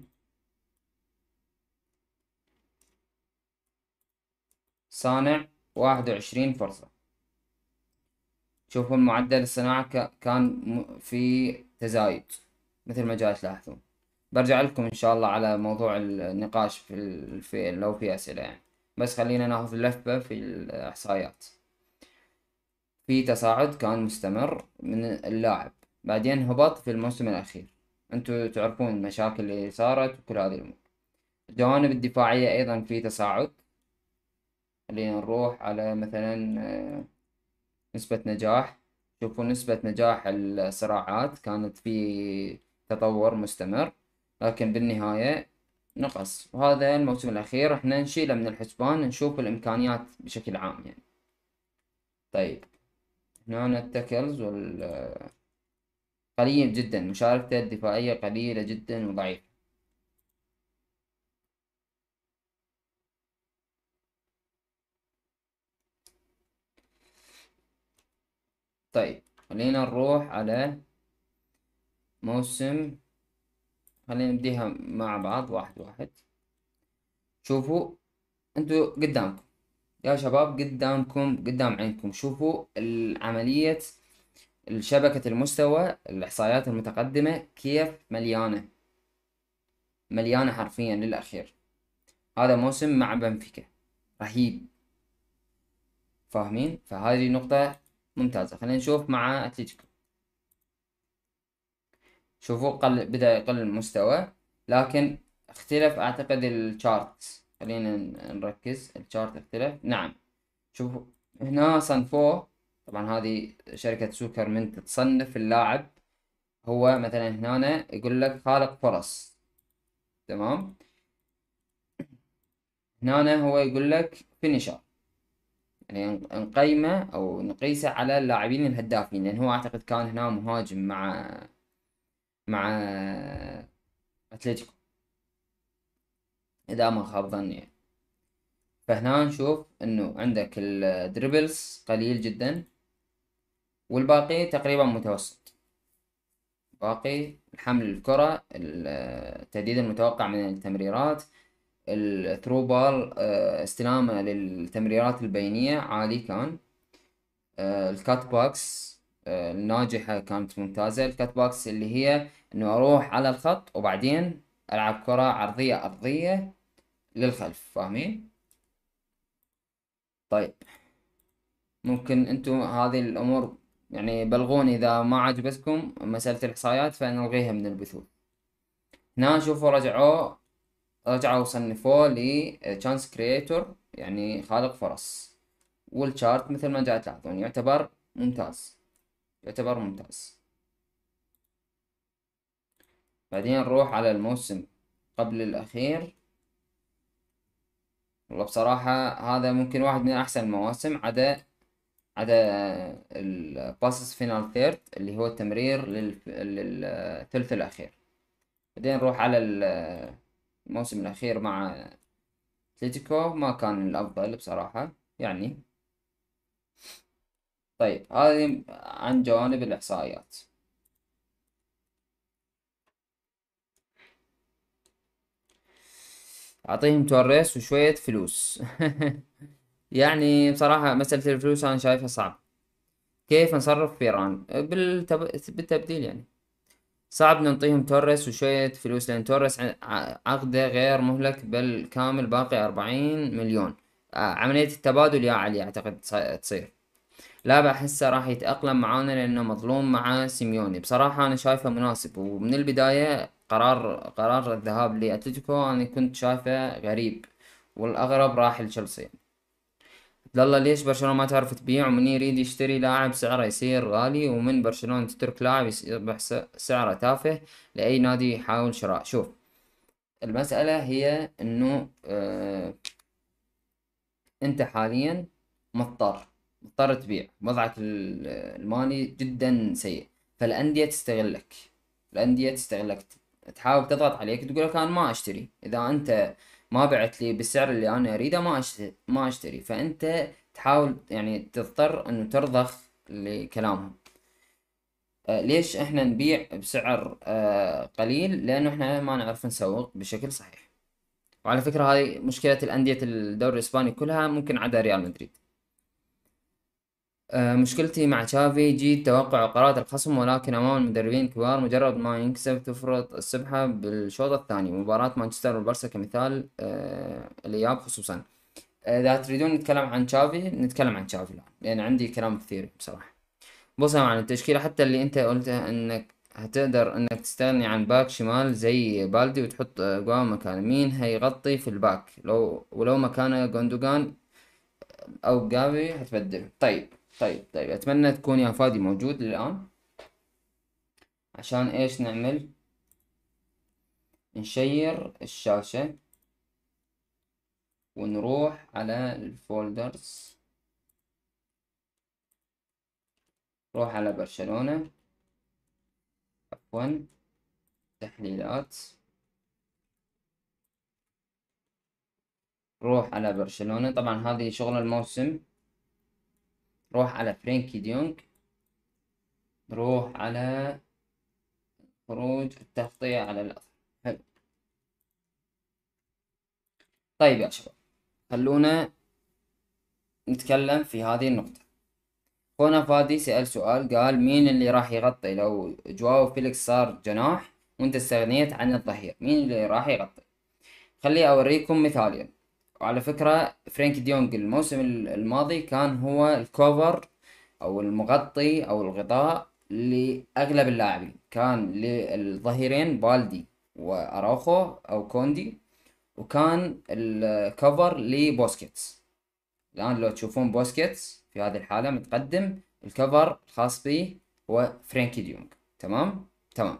صانع واحد وعشرين فرصة. شوفوا معدل الصناعة كان في تزايد مثل ما جاي تلاحظون. برجع لكم إن شاء الله على موضوع النقاش في, ال... في لو في أسئلة يعني، بس خلينا ناخذ لفة في الإحصائيات. في تصاعد كان مستمر من اللاعب، بعدين هبط في الموسم الأخير. انتوا تعرفون المشاكل اللي صارت وكل هذه الأمور. الجوانب الدفاعية أيضا في تصاعد. خلينا نروح على مثلا آه، نسبة نجاح. شوفوا نسبة نجاح الصراعات كانت في تطور مستمر، لكن بالنهاية نقص. وهذا الموسم الأخير احنا نشيله من الحسبان، نشوف الإمكانيات بشكل عام يعني. طيب هنا التكلز وال قليل جدا، مشاركته الدفاعية قليلة جدا وضعيفة. طيب خلينا نروح على موسم، خلينا نبديها مع بعض واحد واحد. شوفوا انتوا قدامكم يا شباب، قدامكم قدام عينكم. شوفوا العملية، الشبكة المستوى، الإحصائيات المتقدمة كيف مليانة مليانة حرفيا للأخير. هذا موسم مع بنفيكا رهيب، فاهمين؟ فهذه نقطة ممتازة. خلينا نشوف مع أتلتيكو. شوفوا قل بدأ يقل المستوى، لكن اختلف أعتقد الشارت. خلينا نركز، الشارت اختلف. نعم شوفوا هنا صنفوه. طبعا هذه شركة سوكر من تصنف اللاعب. هو مثلا هنا يقول لك خالق فرص، تمام. هنا هو يقول لك فينيشر، يعني نقيمه او نقيسه على اللاعبين الهدافين، لان هو اعتقد كان هنا مهاجم مع مع اتلتيكو اذا ما خاب ظني يعني. فهنا نشوف انه عندك الدريبلز قليل جدا، والباقي تقريبا متوسط. باقي الحمل الكرة، التهديد المتوقع من التمريرات، الثرو بال، آه، استلامه للتمريرات البينية عالي كان. آه، الكات باكس آه، الناجحة كانت ممتازة. الكات باكس اللي هي انه اروح على الخط وبعدين العب كرة عرضية ارضية للخلف، فاهمين؟ طيب ممكن انتم هذه الامور يعني بلغوني اذا ما عجبتكم مسألة الاحصائيات فنلغيها من البثوث. هنا شوفوا رجعوا رجعوا صنفوه ل chance creator، يعني خالق فرص. والشارت مثل ما جاء تلاحظون يعتبر ممتاز، يعتبر ممتاز. بعدين نروح على الموسم قبل الأخير. والله بصراحة هذا ممكن واحد من أحسن المواسم، عدا عدا الباسس فينال ثيرد اللي هو التمرير للف- للثلث الأخير. بعدين نروح على ال- الموسم الأخير مع اتلتيكو، ما كان الأفضل بصراحة يعني. طيب هذه عن جوانب الإحصائيات. أعطيهم توريس وشوية فلوس. يعني بصراحة مسألة الفلوس أنا شايفها صعب. كيف نصرف فيران بالتب... بالتبديل يعني؟ صعب نعطيهم توريس وشوية فلوس، لأن توريس ع- ع- عقده غير مهلك بالكامل، باقي أربعين مليون. آه، عملية التبادل يا علي أعتقد تص- تصير. لاعب احسه راح يتأقلم معانا لانه مظلوم مع سيميوني. بصراحة انا شايفه مناسب، ومن البداية قرار قرار الذهاب لاتلتيكو انا كنت شايفه غريب، والاغرب راح لتشيلسي. لله ليش برشلونة ما تعرف تبيع؟ ومن يريد يشتري لاعب سعره يصير غالي، ومن برشلونة تترك لاعب يصبح س- سعره تافه لأي نادي يحاول شراء. شوف، المسألة هي انه آه انت حاليا مضطر مضطر تبيع، وضعك ال- المالي جدا سيء، فالأندية تستغلك. الأندية تستغلك، تحاول تضغط عليك، تقول لك انا ما اشتري اذا انت ما بعت لي بالسعر اللي انا اريده، ما اشتري ما اشتري فانت تحاول يعني تضطر انه ترضخ لكلامهم. آه ليش احنا نبيع بسعر آه قليل؟ لانه احنا ما نعرف نسوق بشكل صحيح. وعلى فكرة هذه مشكلة الأندية الدوري الإسباني كلها، ممكن عدا ريال مدريد. آه، مشكلتي مع تشافي جيت توقع قرارات الخصم، ولكن أمام المدربين الكبار مجرد ما ينكسب تفرط السبحة بالشوط الثاني. مباراة مانشستر والبرسا كمثال، آه، الإياب خصوصا. آه، إذا تريدون نتكلم عن تشافي نتكلم عن تشافي الآن، لأن عندي كلام كثير بصراحة. بص يا معلم، التشكيلة حتى اللي أنت قلتها إنك هتقدر إنك تستغني عن باك شمال زي بالدي وتحط آه، جواو مكانه، مين هيغطي في الباك لو ولو مكانه جوندوجان او جافي هتبدله؟ طيب طيب طيب اتمنى تكون يا فادي موجود الان، عشان ايش نعمل؟ نشير الشاشة ونروح على الفولدرز، روح على برشلونة، عفوا تحليلات، روح على برشلونة. طبعا هذه شغل الموسم. روح على فرينكي ديونج، روح على خروج التغطية على الأثر. حلو. طيب يا شباب، خلونا نتكلم في هذه النقطة. هنا فادي سأل سؤال، قال مين اللي راح يغطي لو جواو فيليكس صار جناح وانت استغنيت عن الظهير؟ مين اللي راح يغطي؟ خلي اوريكم مثالين. وعلى فكرة فرينك ديونج الموسم الماضي كان هو الكوفر او المغطي او الغطاء لأغلب اللاعبين، كان للظهيرين بالدي واراوخو او كوندي، وكان الكفر لبوسكيتس. الآن لو تشوفون بوسكيتس في هذه الحالة متقدم، الكفر الخاص به هو فرينكي ديونج. تمام تمام.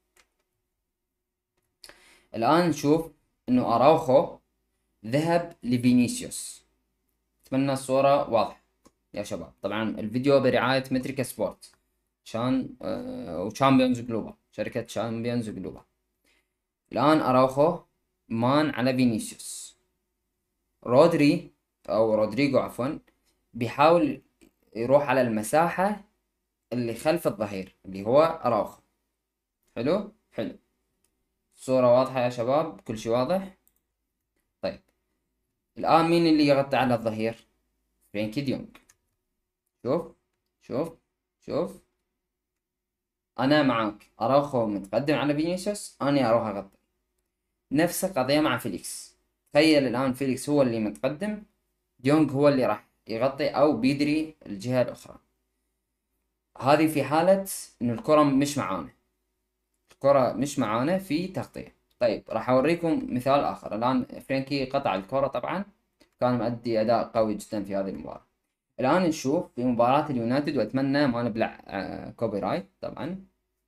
الآن نشوف إنه أراوخو ذهب لفينيسيوس. أتمنى الصورة واضحة يا شباب. طبعا الفيديو برعاية متريكا سبورت عشان آه وشامبيونز جلوبال، شركة شامبيونز جلوبال. الآن أراوخو مان على فينيسيوس. رودري أو رودريجو عفوا بيحاول يروح على المساحة اللي خلف الظهير اللي هو أراوخو. حلو حلو. الصورة واضحة يا شباب؟ كل شي واضح؟ طيب، الآن مين اللي يغطي على الظهير؟ فرينكي ديونج. شوف شوف شوف، أنا معاك، أراوخو متقدم على فينيسيوس، أنا أروح أغطي. نفس القضية مع فيليكس. تخيل الآن فيليكس هو اللي متقدم، ديونج هو اللي راح يغطي أو بيدري الجهة الأخرى. هذه في حالة إنه الكرة مش معانا، الكرة مش معانا في تغطية. طيب راح أوريكم مثال آخر. الآن فرينكي قطع الكرة، طبعا كان مؤدي أداء قوي جدا في هذه المباراة. الآن نشوف في مباراة اليونايتد، وأتمنى ما نبلع آه كوبي رايت طبعا.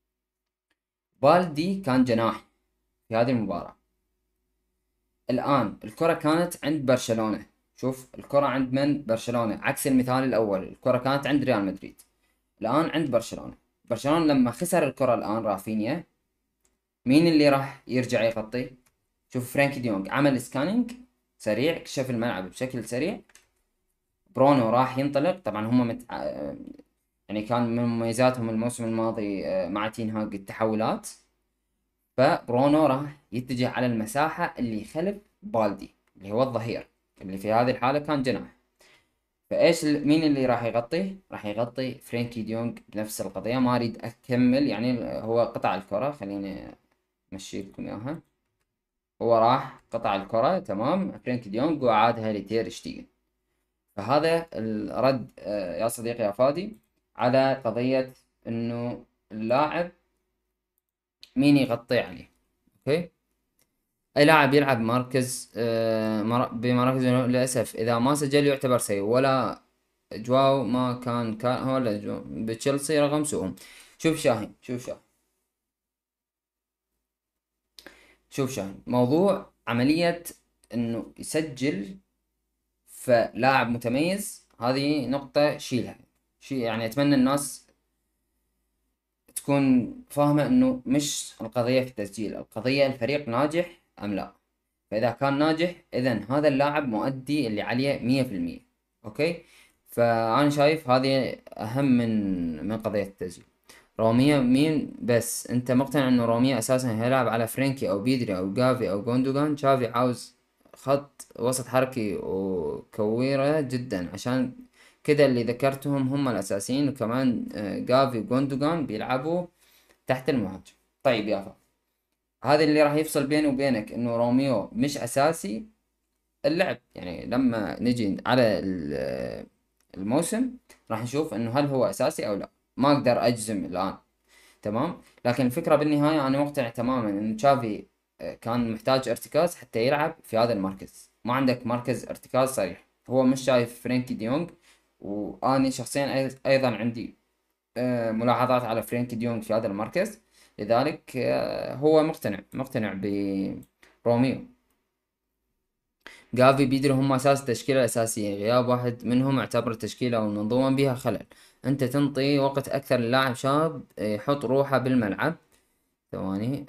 بالدي كان جناح في هذه المباراة. الآن الكرة كانت عند برشلونة. شوف الكرة عند من؟ برشلونة، عكس المثال الأول الكرة كانت عند ريال مدريد. الآن عند برشلونة. برشلونة لما خسر الكرة الآن رافينيا، مين اللي راح يرجع يغطي؟ شوف فرانكي ديونج عمل سكانينج سريع، كشف الملعب بشكل سريع. برونو راح ينطلق. طبعا هم مت... آه، يعني كان من مميزاتهم الموسم الماضي آه، مع تين هاج التحولات. فبرونو راح يتجه على المساحة اللي خلف بالدي اللي هو الظهير، اللي في هذه الحالة كان جناح. فايش ال- مين اللي راح يغطي؟ راح يغطي فرانكي ديونج بنفس القضية. ما اريد اكمل، يعني هو قطع الكرة، خليني امشي لكم اياها. هو راح قطع الكرة تمام، فرينك ديونج، وعادها لتير شتيجن. فهذا الرد آه، يا صديقي يا فادي على قضية انه اللاعب مين يغطي عليه. اوكي. اي لاعب يلعب مركز آه، مر- بمراكز للاسف اذا ما سجل يعتبر سيء. ولا جواو ما كان كان هو ولا جواو بتشيلسي رغم سوءهم. شوف شاهين شوف شاهين شوف شاهين موضوع عملية انه يسجل فلاعب متميز، هذه نقطة شيلها. شيء يعني اتمنى الناس تكون فاهمة انه مش القضية في التسجيل، القضية الفريق ناجح ام لا. فاذا كان ناجح اذا هذا اللاعب مؤدي اللي عليه مية في المية. اوكي. فانا شايف هذه اهم من من قضية التسجيل. رومية مين بس انت مقتنع انه رومية اساسا هيلعب على فرينكي او بيدري او جافي او جوندوغان؟ شافي عاوز خط وسط حركي وكويرة جدا، عشان كده اللي ذكرتهم هم الاساسيين. وكمان آه، جافي وجوندوغان بيلعبوا تحت المهاجم. طيب يا فا، هذا اللي راح يفصل بيني وبينك انه روميو مش اساسي. اللعب يعني لما نجي على ال- الموسم راح نشوف انه هل هو اساسي او لا. ما اقدر اجزم الان. تمام. لكن الفكرة بالنهاية انا مقتنع تماما ان تشافي آه، كان محتاج ارتكاز حتى يلعب في هذا المركز. ما عندك مركز ارتكاز صريح. هو مش شايف فرينكي ديونج. واني شخصيا أي- ايضا عندي آه، ملاحظات على فرينكي ديونج في هذا المركز. لذلك آه، هو مقتنع مقتنع بروميو. جافي بيدري هم أساس التشكيلة الأساسية. غياب واحد منهم اعتبر التشكيلة أو المنظومة بها خلل. أنت تنطي وقت أكثر للاعب شاب يحط روحه بالملعب. ثواني.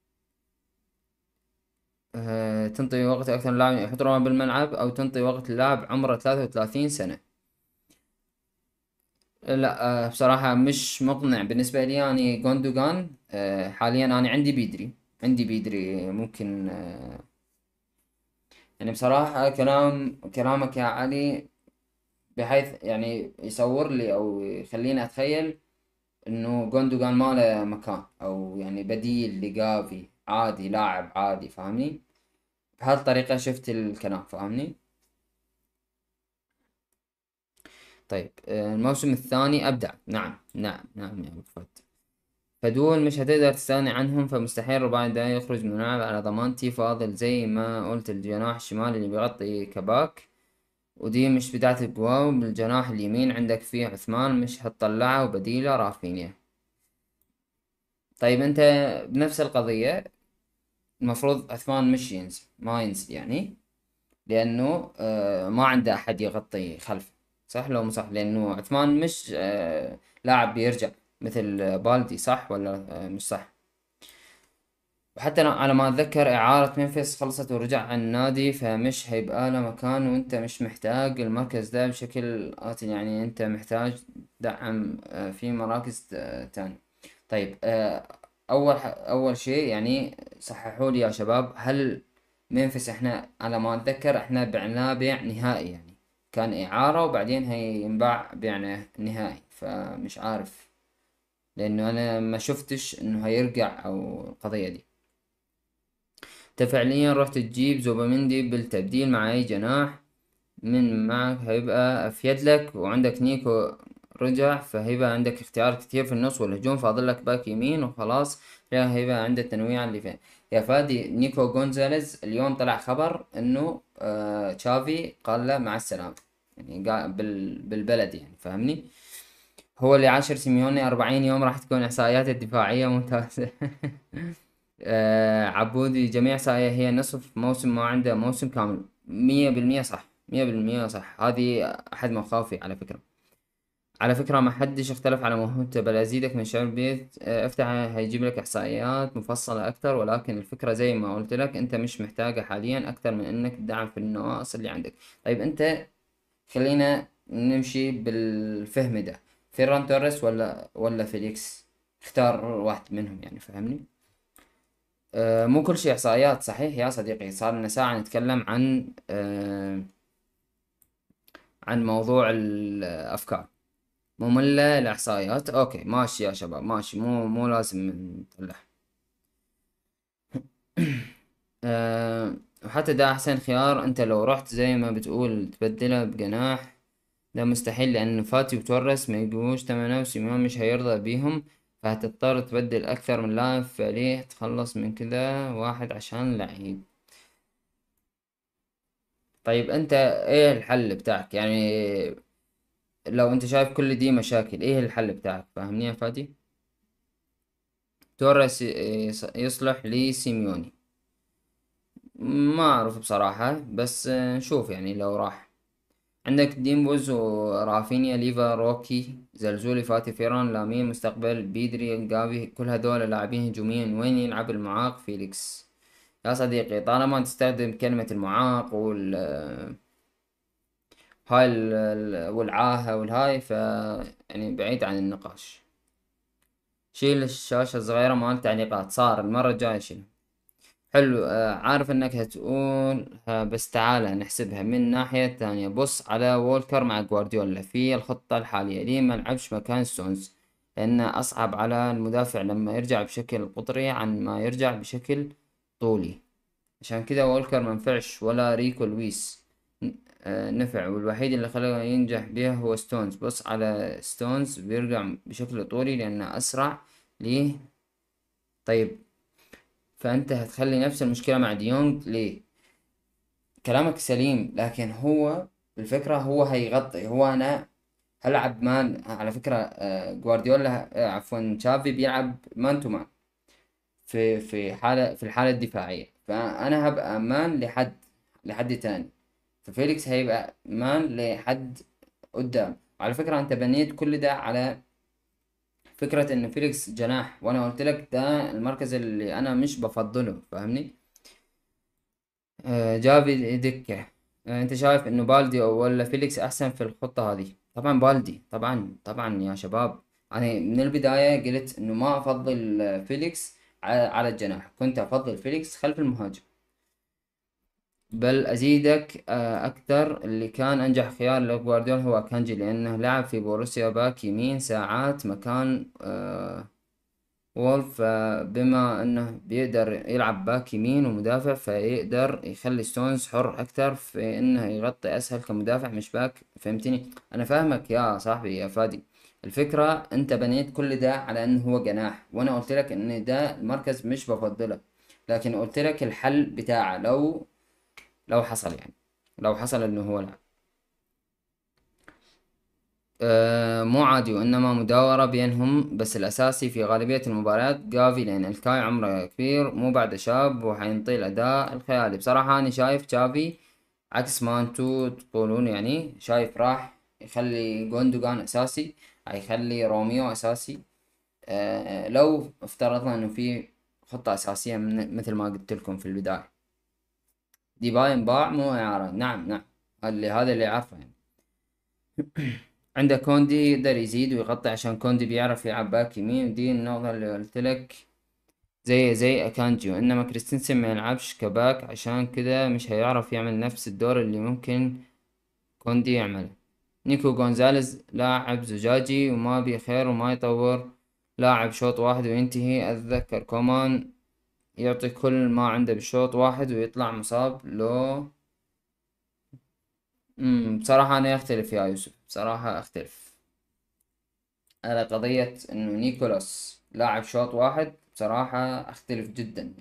أه تنطي وقت أكثر للاعب يحط روحه بالملعب، أو تنطي وقت للاعب عمره ثلاثة وثلاثين سنة. لا أه بصراحة مش مقنع بالنسبة لي. يعني جوندوجان أه حاليا أنا عندي بيدري. عندي بيدري ممكن أه يعني بصراحة كلام كلامك يا علي بحيث يعني يصور لي او يخليني اتخيل انه جوندوجان ما له مكان، او يعني بديل لجافي عادي، لاعب عادي. فاهمني؟ بهالطريقة شفت الكلام. فاهمني؟ طيب آه، الموسم الثاني ابدع. نعم نعم نعم يا ابو فهد. فدول مش هتقدر تستغني عنهم، فمستحيل رباعي ده يخرج من الملعب على ضمانتي. فاضل زي ما قلت الجناح الشمالي اللي بيغطي كباك، ودي مش بتاعت القواو. بالجناح اليمين عندك فيه عثمان مش هتطلعه، وبديله رافينيا. طيب انت بنفس القضية المفروض عثمان مش ينزل، ما ينزل يعني، لأنه آه ما عنده أحد يغطي خلفه. صح لو مو صح؟ لأنه عثمان مش آه لاعب بيرجع مثل بالدي. صح ولا آه مش صح؟ وحتى أنا على ما أتذكر إعارة ممفيس خلصت ورجع عن النادي، فمش هيبقى له مكان. وأنت مش محتاج المركز ده بشكل آتي. يعني أنت محتاج دعم آه في مراكز آه تانية. طيب آه أول ح... أول شيء يعني صححوا لي يا شباب، هل ممفيس إحنا على ما أتذكر إحنا بعناه بيع نهائي؟ يعني كان إعارة وبعدين هينباع بيع نهائي. فمش عارف، لأنه أنا ما شفتش إنه هيرجع أو القضية دي. انت فعليا رحت تجيب زوباميندي بالتبديل مع اي جناح من معك هيبقى افيد لك، وعندك نيكو رجع، فهيبقى عندك اختيار كتير في النص والهجوم. فاضل لك باك يمين وخلاص. لا هيبقى عندك تنويع اللي فيه. يا فادي، نيكو جونزاليز اليوم طلع خبر انه آه تشافي قال له مع السلامة. يعني قال بال بالبلد يعني. فاهمني؟ هو اللي عاشر سيميوني أربعين يوم راح تكون إحصائياته الدفاعية ممتازة. آه عبودي، جميع إحصائية هي نصف موسم ما عنده موسم كامل. مية بالمية صح. مية بالمية صح. هذه أحد مخاوفي على فكرة. على فكرة ما حدش اختلف على موهبته، بل أزيدك من شعور البيت. آه افتح هيجيب لك إحصائيات مفصلة أكتر. ولكن الفكرة زي ما قلت لك أنت مش محتاجة حاليا أكتر من إنك تدعم في النواقص اللي عندك. طيب أنت خلينا نمشي بالفهم ده. فيران توريس ولا ولا فيليكس؟ اختار واحد منهم يعني. فاهمني؟ أه مو كل شيء احصائيات. صحيح يا صديقي، صار لنا ساعة نتكلم عن أه عن موضوع الافكار. مملة الاحصائيات. اوكي ماشي يا شباب، ماشي. مو مو لازم نطلع. أه وحتى ده أحسن خيار. أنت لو رحت زي ما بتقول تبدلها بجناح، ده مستحيل، لأن فاتي وتورس ما يجوش تمنه، وسيميون مش هيرضى بيهم، فهتضطر تبدل أكثر من لاعب. فليه تخلص من كده واحد عشان لعيب؟ طيب أنت إيه الحل بتاعك يعني؟ لو أنت شايف كل دي مشاكل، إيه الحل بتاعك؟ فاهمني يا فادي؟ تورس يص- يصلح لسيميوني؟ ما أعرف بصراحة، بس نشوف يعني لو راح. عندك ديمبوز ورافينيا، ليفا، روكي، زلزولي، فاتي، فيران، لامين، مستقبل، بيدري، جافي، كل هذول لاعبين هجوميين. وين يلعب المعاق فيليكس؟ يا صديقي، طالما تستخدم كلمة المعاق وال هاي ال- ال- والعاهة والهاي، ف يعني بعيد عن النقاش. شيل الشاشة الصغيرة مال التعليقات، صار المرة الجاية شيل. حلو. آه، عارف انك هتقول ها، بس تعالى نحسبها من ناحية تانية. بص على وولكر مع جوارديولا في الخطة الحالية، ليه ما لعبش مكان ستونز؟ لأنه أصعب على المدافع لما يرجع بشكل قطري عن ما يرجع بشكل طولي. عشان كده وولكر منفعش، ولا ريكو لويس ن- آه، نفع، والوحيد اللي خلاه ينجح بيه هو ستونز. بص على ستونز بيرجع بشكل طولي لأنه أسرع. ليه؟ طيب، فأنت هتخلي نفس المشكلة مع ديونج ليه؟ كلامك سليم، لكن هو الفكرة هو هيغطي. هو أنا هلعب مان على فكرة. آه، جوارديولا، آه، عفوا تشافي بيلعب مان تو مان في في حالة في الحالة الدفاعية، فأنا هبقى مان لحد لحد تاني، ففيليكس هيبقى مان لحد قدام. على فكرة أنت بنيت كل ده على فكرة إن فيليكس جناح، وأنا قلت لك ده المركز اللي أنا مش بفضله، فاهمني؟ آه، جافي دكة. آه، انت شايف انه بالدي او ولا فيليكس احسن في الخطة هذه؟ طبعا بالدي، طبعا طبعا يا شباب. انا من البداية قلت انه ما افضل آه، فيليكس على على الجناح، كنت افضل فيليكس خلف المهاجم. بل ازيدك آه، اكثر، اللي كان انجح خيار لجوارديولا هو كانجي، لانه لعب في بوروسيا باك يمين ساعات مكان آه، وولف. آه، بما انه بيقدر يلعب باك يمين ومدافع، فيقدر يخلي ستونز حر اكتر في انه يغطي اسهل كمدافع مش باك. فهمتني؟ انا فاهمك يا صاحبي يا فادي. الفكرة انت بنيت كل ده على انه هو جناح، وانا قلت لك ان ده المركز مش بفضله، لكن قلت لك الحل بتاعه لو لو حصل يعني، لو حصل انه هو لعب. آه، مو عادي، وإنما مداورة بينهم، بس الأساسي في غالبية المباريات جافي، لأن الكاي عمره كبير مو بعد شاب وحينطي الأداء الخيالي. بصراحة أنا شايف جافي عكس ما انتو تقولون، يعني شايف راح يخلي جوندوجان أساسي، هيخلي روميو أساسي. آه لو افترضنا إنه في خطة أساسية من مثل ما قلت لكم في البداية. ديباي انباع مو إعارة، نعم نعم، اللي هذا اللي عارفه يعني. عندك كوندي يقدر يزيد ويغطي، عشان كوندي بيعرف يلعب باك يمين، ودي النقطة اللي قلت لك. زي زي اكانجيو، انما كريستنسن ما يلعبش كباك، عشان كده مش هيعرف يعمل نفس الدور اللي ممكن كوندي يعمله. نيكو جونزاليز لاعب زجاجي وما بيخير وما يطور، لاعب شوط واحد وينتهي. اتذكر كومان يعطي كل ما عنده بشوط واحد ويطلع مصاب لو. امم بصراحة انا اختلف يا يوسف، بصراحة اختلف على قضية انه نيكولاس لاعب شوط واحد. بصراحة اختلف جدا.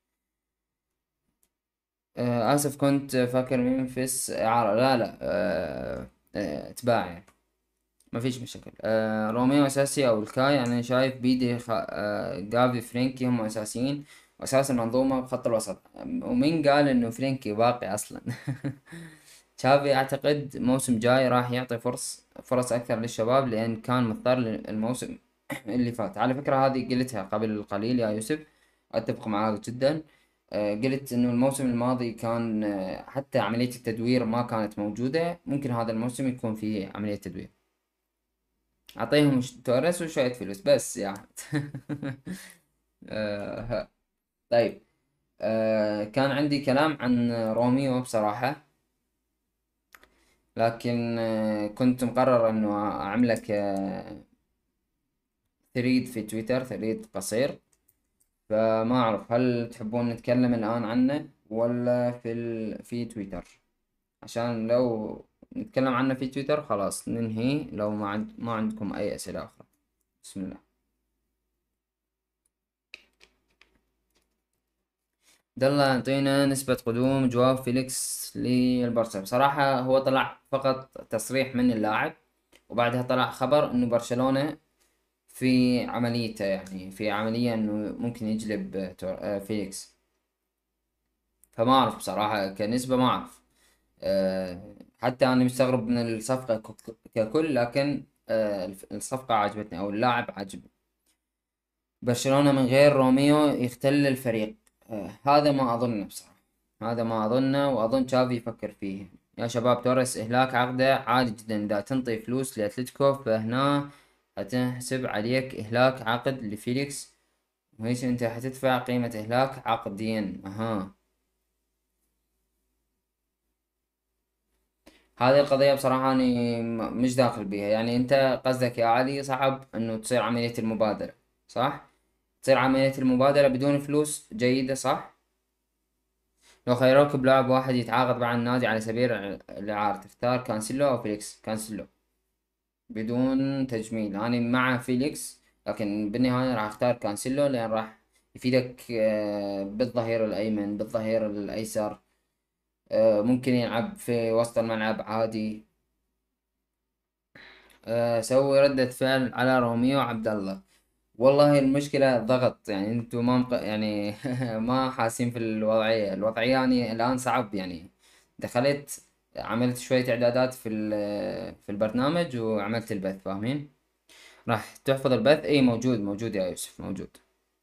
آه اسف، كنت فاكر ممفيس اعارة. لا لا، آه آه اتباع يعني. ما فيش مشاكل. آه روميو اساسي او الكاي؟ انا شايف بيدي خ... آه جافي، فرينكي هم اساسيين، واساس المنظومة بخط الوسط. ومين قال انه فرينكي باقي اصلا؟ تشافي اعتقد الموسم جاي راح يعطي فرص فرص اكثر للشباب، لان كان مضطر الموسم اللي فات. على فكرة هذه قلتها قبل قليل يا يوسف، اتفق معاك جدا. آه، قلت انه الموسم الماضي كان آه، حتى عملية التدوير ما كانت موجودة، ممكن هذا الموسم يكون فيه عملية تدوير. اعطيهم ش- توريس وشوية فلوس بس يا أحمد. آه، ها. طيب. آه، كان عندي كلام عن روميو بصراحة، لكن آه، كنت مقرر انه اعملك ثريد في تويتر، ثريد قصير. فما اعرف هل تحبون نتكلم الان عنه؟ ولا في ال... في تويتر؟ عشان لو نتكلم عنه في تويتر خلاص ننهي، لو ما عند... ما عندكم أي أسئلة أخرى. بسم الله. يلا يعطينا نسبة قدوم جواو فيليكس للبرشا. بصراحة هو طلع فقط تصريح من اللاعب، وبعدها طلع خبر انه برشلونة في عمليته، يعني في عملية انه ممكن يجلب تو- آه، فيليكس. فما اعرف بصراحة كنسبة، ما اعرف. أه حتى انا مستغرب من الصفقة ك- ككل، لكن أه الف- الصفقة عجبتني او اللاعب عجبني. برشلونة من غير روميو يختل الفريق. آه هذا ما أظنه بصراحة، هذا ما أظنه، وأظن تشافي يفكر فيه. يا شباب توريس إهلاك عقده عادي جدا، إذا تنطي فلوس لأتلتيكو فهنا هتنحسب عليك إهلاك عقد لفيليكس، وهيش أنت هتدفع قيمة إهلاك عقدين. أها، هذه القضية بصراحة أنا م- مش داخل بيها. يعني أنت قصدك يا علي صعب إنه تصير عملية المبادلة، صح؟ تصير عملية المبادلة بدون فلوس جيدة، صح؟ لو خيروك بلاعب واحد يتعاقد مع النادي على سبيل الإعارة، تختار كانسيلو أو فيليكس؟ كانسيلو بدون تجميل، أنا مع فيليكس، لكن بالنهاية راح أختار كانسيلو لأن راح يفيدك آه، بالظهير الأيمن، بالظهير الأيسر، آه، ممكن يلعب في وسط الملعب عادي. آه، سوي ردة فعل على روميو عبد الله. والله المشكلة ضغط، يعني انتوا ما مق... يعني ما حاسين في الوضعية الوضعية يعني الآن صعب. يعني دخلت عملت شوية إعدادات في ال- في البرنامج وعملت البث، فاهمين؟ راح تحفظ البث؟ اي موجود، موجود يا يوسف، موجود.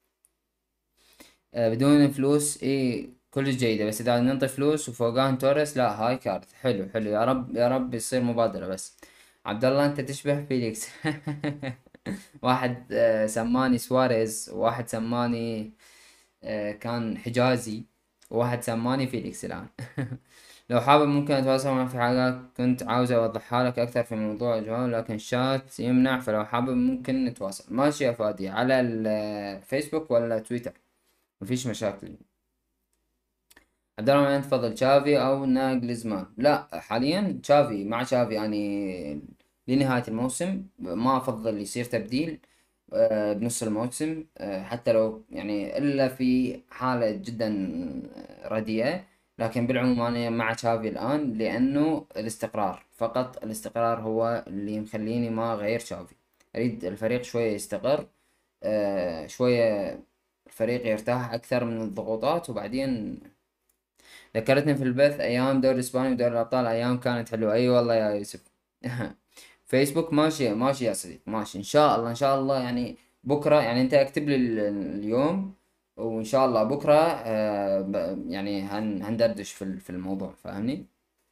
آه، بدون فلوس اي كلش جيدة، بس اذا ننطي فلوس وفوقان توريس لا، هاي كارت. حلو حلو، يا رب يا رب يصير مبادرة. بس عبد الله انت تشبه فيليكس. واحد آه، سماني سواريز، وواحد سماني آه، كان حجازي، وواحد سماني فيليكس الآن. لو حابب ممكن أتواصل معك في حاجات كنت عاوز أوضحها لك أكثر في موضوع الجوال، لكن الشات يمنع. فلو حابب ممكن نتواصل. ماشي يا فادي، على الفيسبوك ولا تويتر؟ مفيش مشاكل. عبد الرحمن تفضل، تشافي أو ناجلزمان؟ لا حاليا تشافي، مع تشافي يعني لنهاية الموسم. ما أفضل يصير تبديل آه، بنص الموسم، آه، حتى لو يعني إلا في حالة جدا رديئة. لكن بالعموم أنا مع تشافي الآن، لأنه الاستقرار، فقط الاستقرار هو اللي مخليني ما أغير تشافي. أريد الفريق شوية يستقر، آه، شوية الفريق يرتاح أكثر من الضغوطات، وبعدين ذكرتني في البث أيام دوري الإسباني ودوري الأبطال، أيام كانت حلوة. أي والله يا يوسف. فيسبوك ماشي ماشي يا صديق، ماشي إن شاء الله إن شاء الله. يعني بكرة، يعني أنت اكتب لي ال- اليوم، وإن شاء الله بكرة آه ب- يعني هن هندردش في ال- في الموضوع، فاهمني؟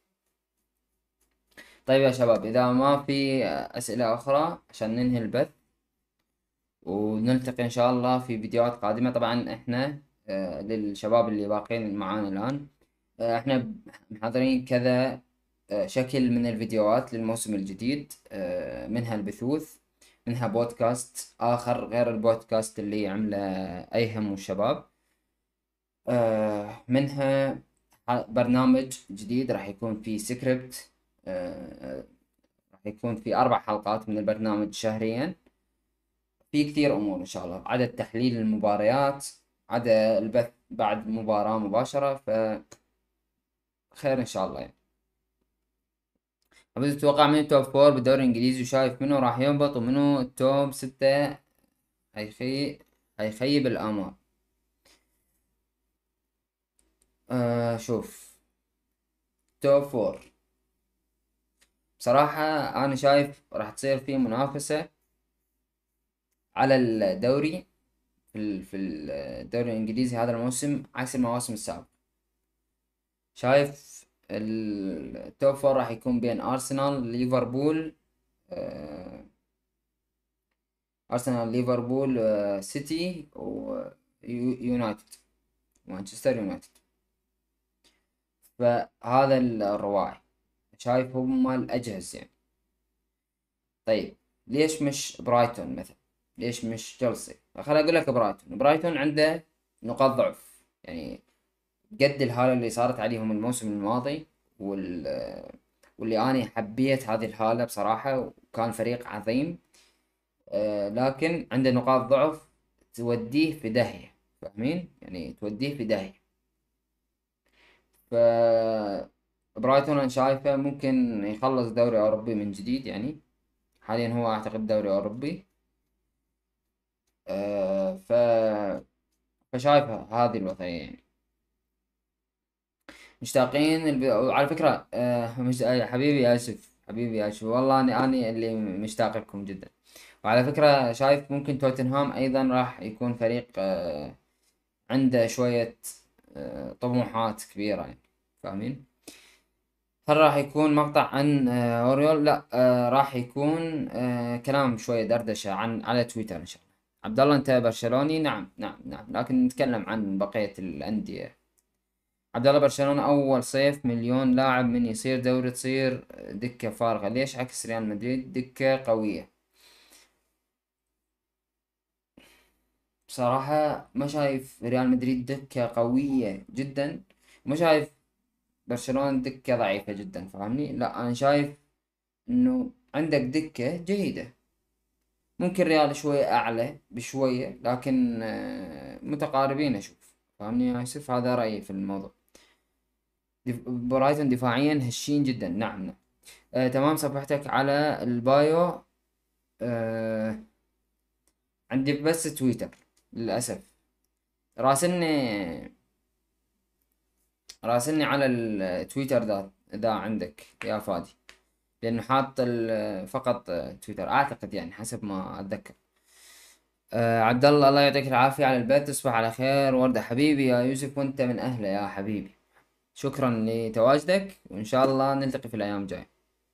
طيب يا شباب، إذا ما في أسئلة أخرى عشان ننهي البث، ونلتقي إن شاء الله في فيديوهات قادمة. طبعا إحنا آه للشباب اللي باقين معانا الآن، آه، احنا محضرين كذا آه، شكل من الفيديوهات للموسم الجديد، آه، منها البثوث، منها بودكاست آخر غير البودكاست اللي عمله أيهم والشباب، آه، منها ح- برنامج جديد راح يكون فيه سكريبت، آه، آه، راح يكون في أربع حلقات من البرنامج شهريا. في كثير أمور إن شاء الله، عدد تحليل المباريات، عدد البث بعد مباراة مباشرة، فخير إن شاء الله يعني. أبي تتوقع من التوب فور بالدوري الإنجليزي، وشايف منو راح يهبط ومنو التوب ستة هيخي هيخيب الآمال؟ آه شوف، توب فور بصراحة أنا شايف راح تصير في منافسة على الدوري في ال- في الدوري الإنجليزي هذا الموسم عكس المواسم السابقة. شايف التوب فور راح يكون بين أرسنال، ليفربول، آه أرسنال، ليفربول، آه سيتي، ويونايتد، مانشستر يونايتد. فهذا الرواعي شايف هم الأجهز يعني. طيب ليش مش برايتون مثلا؟ ليش مش تشيلسي؟ خليني أقول لك، برايتون برايتون عنده نقاط ضعف يعني. قد الهالة اللي صارت عليهم الموسم الماضي، وال واللي أنا حبيت هذه الهالة بصراحة، وكان فريق عظيم. آه، لكن عنده نقاط ضعف توديه في داهية، فاهمين؟ يعني توديه في داهية. ف برايتون أنا شايفه ممكن يخلص دوري أوروبي من جديد، يعني حاليا هو أعتقد دوري أوروبي. آه، ف فشايفها هذه الوضعية يعني. مشتاقين الب... وعلى فكرة آه مش... آه، حبيبي آسف، حبيبي آسف، والله أنا أنا اللي مشتاق لكم جدا. وعلى فكرة شايف ممكن توتنهام أيضا راح يكون فريق آه عنده شوية آه طموحات كبيرة يعني، فاهمين؟ هل راح يكون مقطع عن آه أوريول؟ لا، آه راح يكون آه كلام شوية دردشة عن على تويتر إن شاء الله. عبد الله أنت برشلوني؟ نعم نعم نعم، لكن نتكلم عن بقية الأندية. عبد الله، برشلونة أول صيف مليون لاعب من يصير دوري تصير دكة فارغة، ليش عكس ريال مدريد دكة قوية؟ بصراحة ما شايف ريال مدريد دكة قوية جدا، وما شايف برشلونة دكة ضعيفة جدا، فاهمني؟ لا، أنا شايف إنه عندك دكة جيدة. ممكن ريال شوية أعلى بشوية، لكن آه، متقاربين أشوف، فاهمني يا يوسف؟ هذا رأيي في الموضوع. دف- برايتون دفاعيا هشين جدا، نعم نعم. آه، تمام، صفحتك على البايو. آه عندي بس تويتر للأسف. راسلني راسلني على التويتر ذا ذا عندك يا فادي، لأنه حاط ال- فقط تويتر أعتقد، يعني حسب ما أتذكر. آه عبد الله، الله يعطيك العافية على البث، تصبح على خير. وردة حبيبي يا يوسف، وأنت من أهله يا حبيبي. شكرا لتواجدك، وإن شاء الله نلتقي في الأيام الجاية.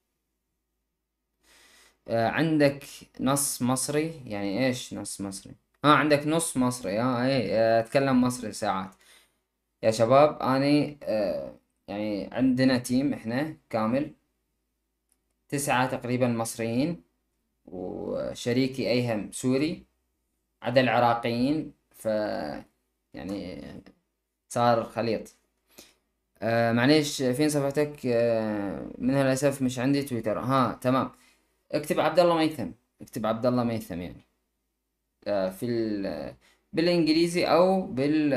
آه عندك نص مصري؟ يعني إيش نص مصري؟ اه، عندك نص مصري؟ اه ايه، آه، اتكلم مصري ساعات. يا شباب اني آه يعني عندنا تيم احنا كامل، تسعة تقريبا مصريين، وشريكي ايهم سوري، عدا العراقيين. ف يعني صار خليط. آه معليش، فين صفحتك؟ آه من الاسف مش عندي تويتر. ها تمام، اكتب عبد الله ميثم، اكتب عبد الله ميثم يعني. آه في ال بالانجليزي او بال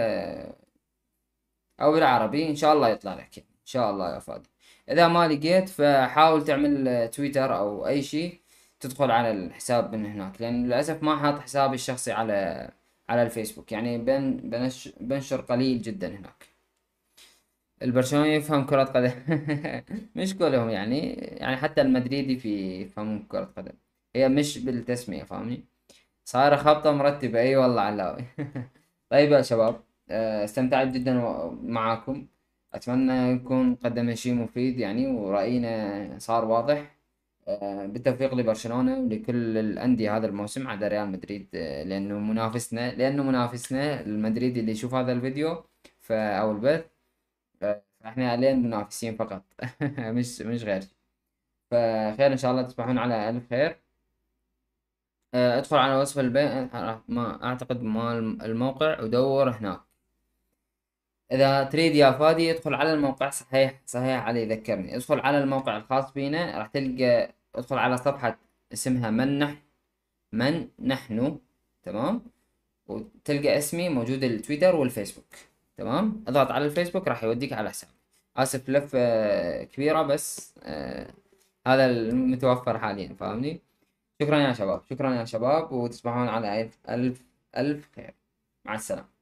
او بالعربي ان شاء الله يطلع لك، يعني ان شاء الله يا فادي. اذا ما لقيت فحاول تعمل آه، تويتر او اي شيء، تدخل على الحساب من هناك، لان للاسف ما حاط حسابي الشخصي على على الفيسبوك، يعني بن بنش بنشر قليل جدا هناك. البرشلوني يفهم كرة قدم؟ مش كلهم يعني، يعني حتى المدريدي في يفهمون كرة قدم، هي مش بالتسمية، فاهمني؟ صايرة خبطة مرتبة، اي والله علاوي. طيب يا شباب، آه، استمتعت جدا و- معاكم. اتمنى يكون قدم شيء مفيد يعني، ورأينا صار واضح. آه، بالتوفيق لبرشلونة ولكل الأندية هذا الموسم عدا ريال مدريد، آه، لأنه منافسنا لأنه منافسنا المدريد اللي يشوف هذا الفيديو ف أو البث. آه، فاحنا علينا منافسين فقط. مش مش غير. فخير إن شاء الله، تصبحون على ألف خير. آه، ادخل على وصف البيع، ما اعتقد مال الموقع، ودور هناك. اذا تريد يا فادي ادخل على الموقع، صحيح صحيح علي ذكرني، ادخل على الموقع الخاص بينا، راح تلقى، ادخل على صفحة اسمها من نحن من نحن تمام، وتلقى اسمي موجود التويتر والفيسبوك. تمام، اضغط على الفيسبوك راح يوديك على حسابي. اسف لفة كبيرة، بس آه هذا المتوفر حاليا، فاهمني؟ شكرا يا شباب، شكرا يا شباب، وتصبحون على ألف ألف ألف خير. مع السلامة.